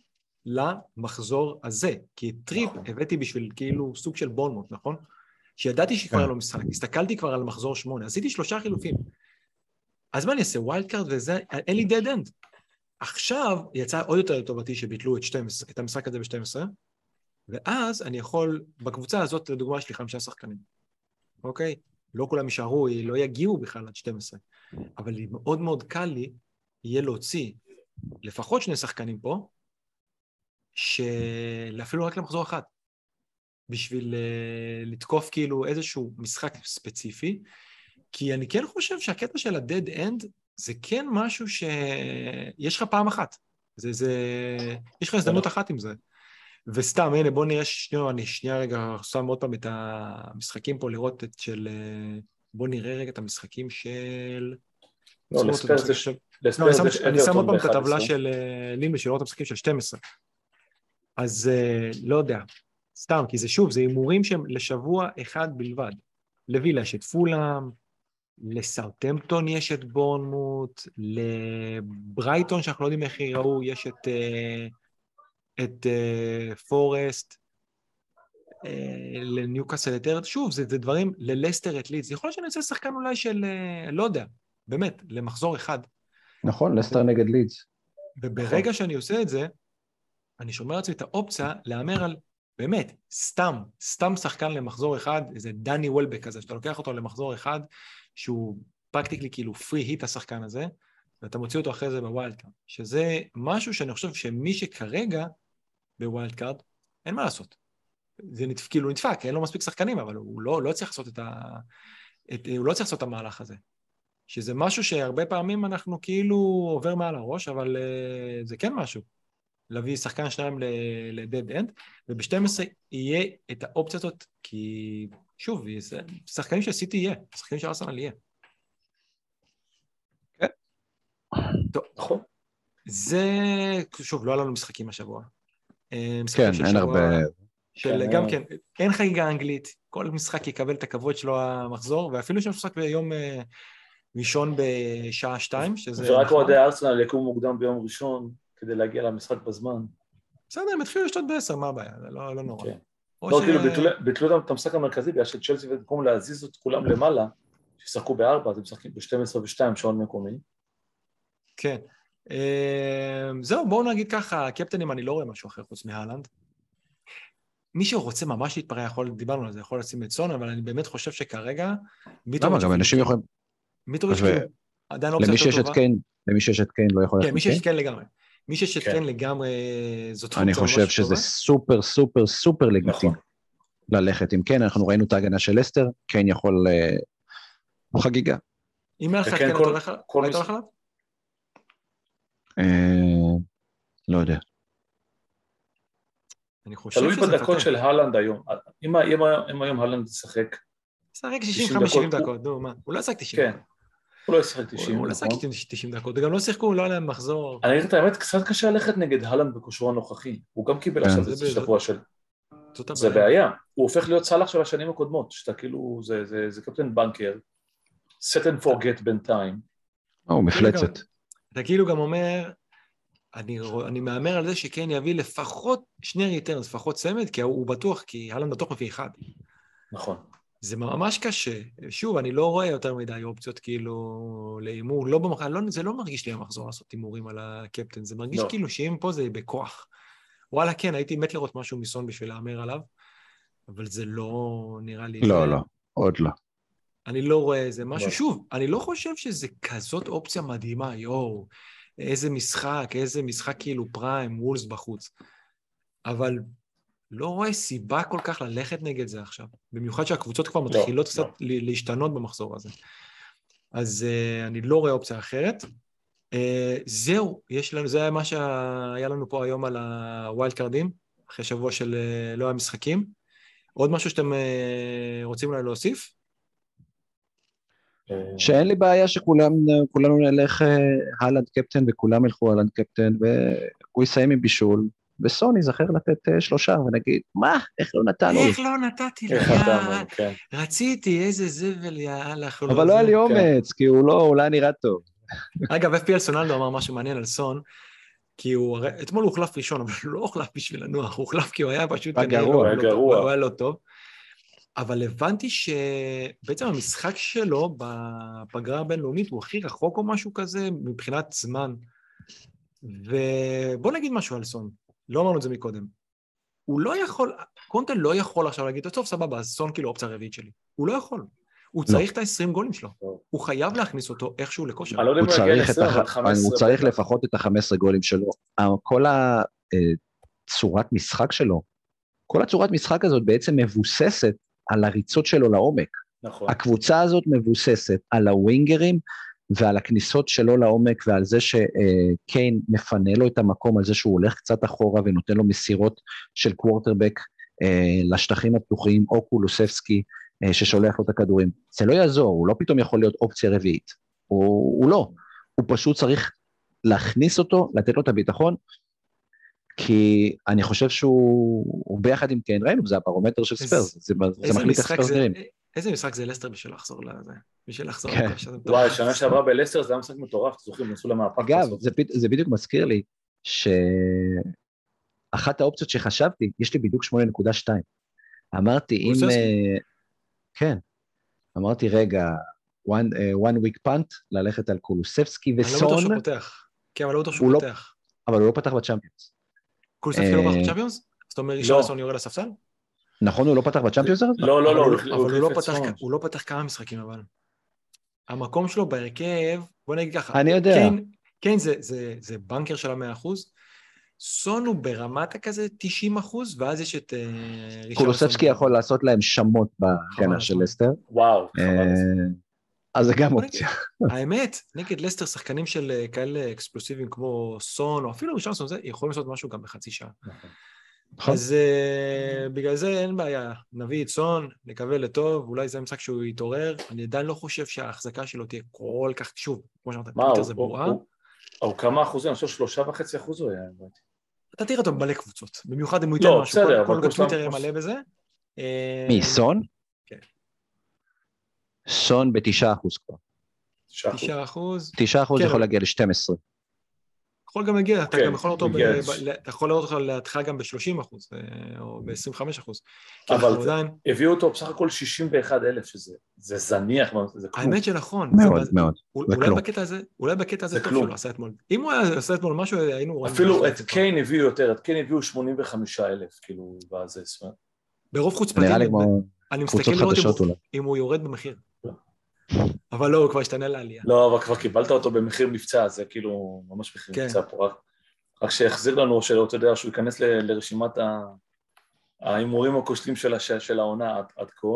למחזור הזה, כי טריפ הבאתי בשביל כאילו סוג של בונמוט, נכון? שידעתי שכבר היה לו משחק, הסתכלתי כבר על מחזור 8, עשיתי 3 חילופים. אז מה אני אעשה? ווילד קארד וזה, אין לי dead end. עכשיו יצא עוד יותר לטובתי שביטלו את המשחק הזה ב-12, ואז אני יכול, בקבוצה הזאת, לדוגמה, יש לי 5 שחקנים. אוקיי? לא כולם יישארו, לא יגיעו בכלל עד 12. אבל מאוד מאוד קל לי יהיה להוציא לפחות 2 שחקנים פה, שאפילו רק למחזור אחד, בשביל לתקוף כאילו איזשהו משחק ספציפי, כי אני כן חושב שהקטע של ה-dead end זה כן משהו שיש לך פעם אחת. יש לך הזדמנות אחת עם זה. וסתם, הנה, בוא נראה אני שנייה רגע, שם עוד פעם את המשחקים פה, לראות את של... בוא נראה רגע את המשחקים של... לא, לספרס יש... אני שם עוד פעם את הטבלה של לימבה, של לראות את המשחקים של 12. אז לא יודע. סתם, כי זה שוב, זה הימורים שהם לשבוע אחד בלבד. לווילה יש את פולאם, לסאות'המפטון יש את בורנמוט, לברייטון, שאנחנו לא יודעים איך יראו, יש את פורסט, לניוקאסל יותר, שוב, זה דברים, ללסטר את לידס, יכול להיות שאני רוצה שחקן אולי של, לא יודע, באמת, למחזור אחד. נכון, לסטר נגד לידס. וברגע שאני עושה את זה, אני שומר לעצמי את האופציה לאמר על, באמת, סתם שחקן למחזור אחד, איזה דני וולבק כזה, שאתה לוקח אותו למחזור אחד, שהוא פרקטיקלי כאילו פרי היט השחקן הזה, ואתה מוציא אותו אחרי זה בווילד קארד, שזה משהו שאני חושב שמי שכרגע בווילד קארד, אין מה לעשות. זה כאילו נדפק, אין לו מספיק שחקנים, אבל הוא לא צריך לעשות הוא לא צריך לעשות את המהלך הזה. שזה משהו שהרבה פעמים אנחנו כאילו עובר מעל הראש, אבל זה כן משהו. להביא שחקן 2 ל-dead end, וב-12 יהיה את האופציה הזאת, כי שוב, שחקנים של סיטי יהיה, שחקנים של ארסנל יהיה. כן. טוב, נכון. זה, שוב, לא היה לנו משחקים השבוע. כן, אין הרבה... גם כן, אין חגיגה אנגלית, כל משחק יקבל את הכבוד שלו המחזור, ואפילו שיש משחק ביום ראשון בשעה 2, שזה... ורק אוהדי ארסנל יקום מוקדם ביום ראשון, כדי להגיע למשחק בזמן. בסדר, הם התחילו לשתות ב10, מה הבעיה? זה לא נורא. לא, כאילו, ביטלו את המשחק המרכזי, בגלל שצ'לסי ובמקום להזיז את כולם למעלה, ששחקו ב4, אז הם משחקים ב12 ו2, שעון מקומי. כן. זהו, בואו נגיד ככה, קפטנים, אני לא רואה משהו אחר חוץ מהלנד. מי שרוצה ממש להתפרע, דיברנו על זה, יכול לשים את סון, אבל אני באמת חושב שכרגע... למה? גם אנשים יכולים... מיטרוביץ' עדיין לא למי שיש את קיין, למי שיש את קיין לא יכול... כן, מי שיש את קיין לגמרי. מי שיש את קיין לגמרי, זאת אני חושב שזה סופר, סופר, סופר לגיטימי ללכת עם קיין. אנחנו ראינו את ההגנה של לסטר, קיין יכול... חגיגה. אם היה לך קיין, אתה הולך עליו? לא יודע. תלוי בדקות של הלנד היום. אם היום הלנד ישחק... ישחק 65-70 דקות, נו, מה? הוא לא ישחק 90 דקות. הוא לא ישחק 90. הוא לא ישחק 90 דקות, וגם לא שיחקו, לא היה להם מחזור. אני אגיד את האמת, קצת קשה ללכת נגד הלנד בכושרו הנוכחי. הוא גם קיבל עכשיו את השבוע של... זה בעיה. הוא הופך להיות סלח של השנים הקודמות, שאתה כאילו, זה קפטן בנקר, set and forget בינתיים. מפלצת. אתה כאילו גם אומר, אני מאמר על זה שכן יביא לפחות 2 ריטרנס, לפחות צמד, כי הוא בטוח, כי הלנד בטוח מביא 1. נכון. זה ממש קשה. שוב, אני לא רואה יותר מדי אופציות כאילו לאימור, זה לא מרגיש לי המחזור לעשות אימורים על הקפטן, זה מרגיש כאילו שאם פה זה בכוח. וואלה, כן, הייתי מת לראות משהו מסון בשביל לאמר עליו, אבל זה לא נראה לי... לא, עוד לא. אני לא רואה איזה משהו. שוב, אני לא חושב שזה כזאת אופציה מדהימה, איזה משחק כאילו פריים, וולס בחוץ. אבל לא רואה סיבה כל כך ללכת נגד זה עכשיו. במיוחד שהקבוצות כבר מתחילות קצת להשתנות במחזור הזה. אז אני לא רואה אופציה אחרת. זהו, זה היה מה שהיה לנו פה היום על הווילד קארדים, אחרי שבוע של לא היה משחקים. עוד משהו שאתם רוצים אולי להוסיף? שאין לי בעיה שכולנו נלך הלנד קפטן וכולם ילכו הלנד קפטן והוא יסיים עם בישול וסוני זכר לתת 3 ונגיד מה? איך לא נתנו? איך לא נתתי לי? רציתי איזה זבל יאללה. אבל לא היה לי אומץ כי הוא לא, אולי נראה טוב. אגב, FPL סונלדו אמר משהו מעניין על סון, כי אתמול הוא הוחלף ראשון, אבל הוא לא הוחלף בשביל לנוח, הוא הוחלף כי הוא היה פשוט... גרוע. הוא היה לא טוב. אבל הבנתי שבעצם המשחק שלו בפגרה הבינלאומית הוא הכי רחוק או משהו כזה מבחינת זמן. ובוא נגיד משהו על סון, לא אמרנו את זה מקודם. הוא לא יכול, קונטה לא יכול עכשיו להגיד, טוב, סבבה, אז סון כאילו אופציה רביעית שלי. הוא לא יכול. הוא צריך את ה-20 גולים שלו. הוא חייב להכניס אותו איכשהו לכושר. הוא צריך לפחות את ה-15 גולים שלו. כל הצורת משחק שלו, כל הצורת משחק הזאת בעצם מבוססת על הריצות שלו לעומק. נכון. הקבוצה הזאת מבוססת על הווינגרים ועל הכניסות שלו לעומק ועל זה שקיין מפנה לו את המקום, על זה שהוא הולך קצת אחורה ונותן לו מסירות של קוורטרבק לשטחים הפתוחים, או קולוספסקי ששולח לו את הכדורים. זה לא יעזור, הוא לא פתאום יכול להיות אופציה רביעית. הוא לא. הוא פשוט צריך להכניס אותו, לתת לו את הביטחון, כי אני חושב שהוא ביחד עם קיין, ראינו, זה הפרומטר של ספרס, זה מחליט איך ספרס נראים. איזה משחק זה לסטר בשביל לחזור לזה? בשביל לחזור לזה. וואי, שנה שעברה בלסטר זה היה משחק מטורף, זוכרים, נסו למהפך. אגב, זה בדיוק מזכיר לי, שאחת האופציות שחשבתי, יש לי בדיוק 8.2. אמרתי, אם... כן. אמרתי, רגע, one week punt, ללכת על קולוספסקי וסון. אני לא בטוח שהוא פותח. כן, אבל לא בטוח שהוא פותח. אבל הוא לא פתח בצ'אמפיונס. קולוספסקי לא פתח בצ'אמפיונס? זאת אומרת, רישרסון יורד לספסל? נכון, הוא לא פתח בצ'אמפיונס? לא, אבל הוא לא פתח כמה משחקים, אבל. המקום שלו בהרכב, בוא נגיד ככה. אני יודע. כן, זה בנקר של 100%. סון הוא ברמת הכזה 90%, ואז יש את רישרסון. קולוספסקי יכול לעשות להם שמות בהגנה של לסטר. וואו. אז זה גם אופציה. האמת, נגד לסטר שחקנים של כאלה אקספלוסיביים כמו סון, או אפילו רישרסון, יכולים לעשות משהו גם בחצי שעה. אז בגלל זה אין בעיה, נביא את סון, נקווה לטוב, אולי זה המשחק שהוא יתעורר, אני עדיין לא חושב שההחזקה שלו תהיה כל כך, שוב, כמו שאמרת, פיטר זה בועה. או כמה אחוזים, אני חושב 3.5% הוא היה. אתה תראה אותו במלא קבוצות, במיוחד אם הוא ייתן משהו, כל טוויטר יהיה מלא בזה. מי, סון? כן. סון ב9% כבר. 9%? 9% יכול להגיע ל-12. יכול גם להגיע, אתה גם יכול לראות אותו לידך גם ב-30% או ב-25%. אבל הביאו אותו בסך הכל 61,000, שזה זניח, זה כלום. האמת שנכון. מאוד, מאוד. אולי בקטע הזה טוב שלו עשה אתמול. אם הוא היה עושה אתמול משהו, היינו... אפילו את קיין הביאו יותר, את קיין הביאו 85,000, כאילו, בזה. ברוב חוצפתים, אני מסתכל לראות אם הוא יורד במחיר. אבל לא, הוא כבר השתנה לעלייה. לא, אבל כבר קיבלת אותו במחיר מבצע, זה כאילו ממש מחיר מבצע פה, רק שיחזיר לנו, אתה יודע, שהוא ייכנס לרשימת ההימורים הכושלים של העונה עד כה,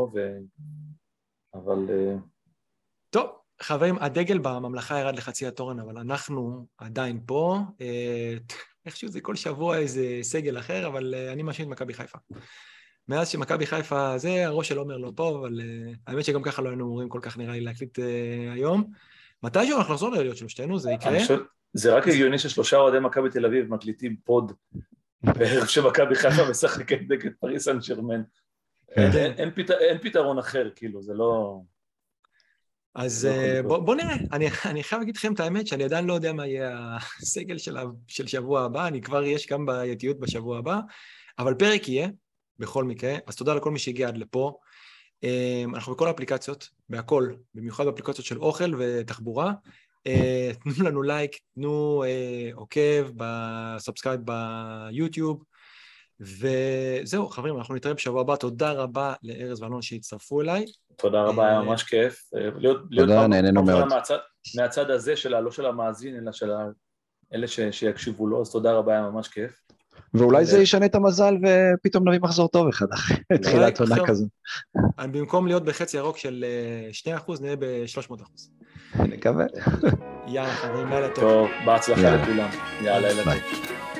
אבל... טוב, חברים, הדגל בממלכה ירד לחצי התורן, אבל אנחנו עדיין פה, איכשהו זה כל שבוע איזה סגל אחר, אבל אני מאשים את מכבי חיפה. מאז שמכבי חיפה זה, הראש של עומר לא פה, אבל האמת שגם ככה לא היינו אמורים כל כך נראה לי להקליט היום. מתישהו אנחנו נחזור לעליות של שתינו, זה יקרה. זה רק הגיוני ששלושה אוהדי מכבי תל אביב מקליטים פוד בערב שמכבי חיפה משחקת נגד פריס סן ז'רמן. אין פתרון אחר, כאילו, זה לא... אז בוא נראה, אני חייב להגיד לכם את האמת שאני עדיין לא יודע מה יהיה הסגל של שבוע הבא, אני כבר יש גם בעייתיות בשבוע הבא, אבל פרק יהיה. בכל מקרה, אז תודה לכל מי שהגיע עד לפה. אנחנו בכל האפליקציות, בהכל, במיוחד באפליקציות של אוכל ותחבורה. תנו לנו לייק, תנו עוקב, בסאבסקרייב ביוטיוב, וזהו, חברים, אנחנו נתראה בשבוע הבא. תודה רבה לארז ואלון שהצטרפו אליי. תודה רבה, היה ממש כיף. תודה, נהנינו מאוד. מהצד הזה, לא של המאזין, אלא של אלה שיקשיבו לו, אז תודה רבה, היה ממש כיף. ואולי זה ישנה את המזל ופתאום נביא מחזור טוב אחד אחרי תחילת עונה כזו. במקום להיות בחצי ירוק של 2% נהיה ב-300%. נקווה. יאללה חברים, לילה טוב. טוב, בהצלחה לכולם. יאללה, לילה טוב.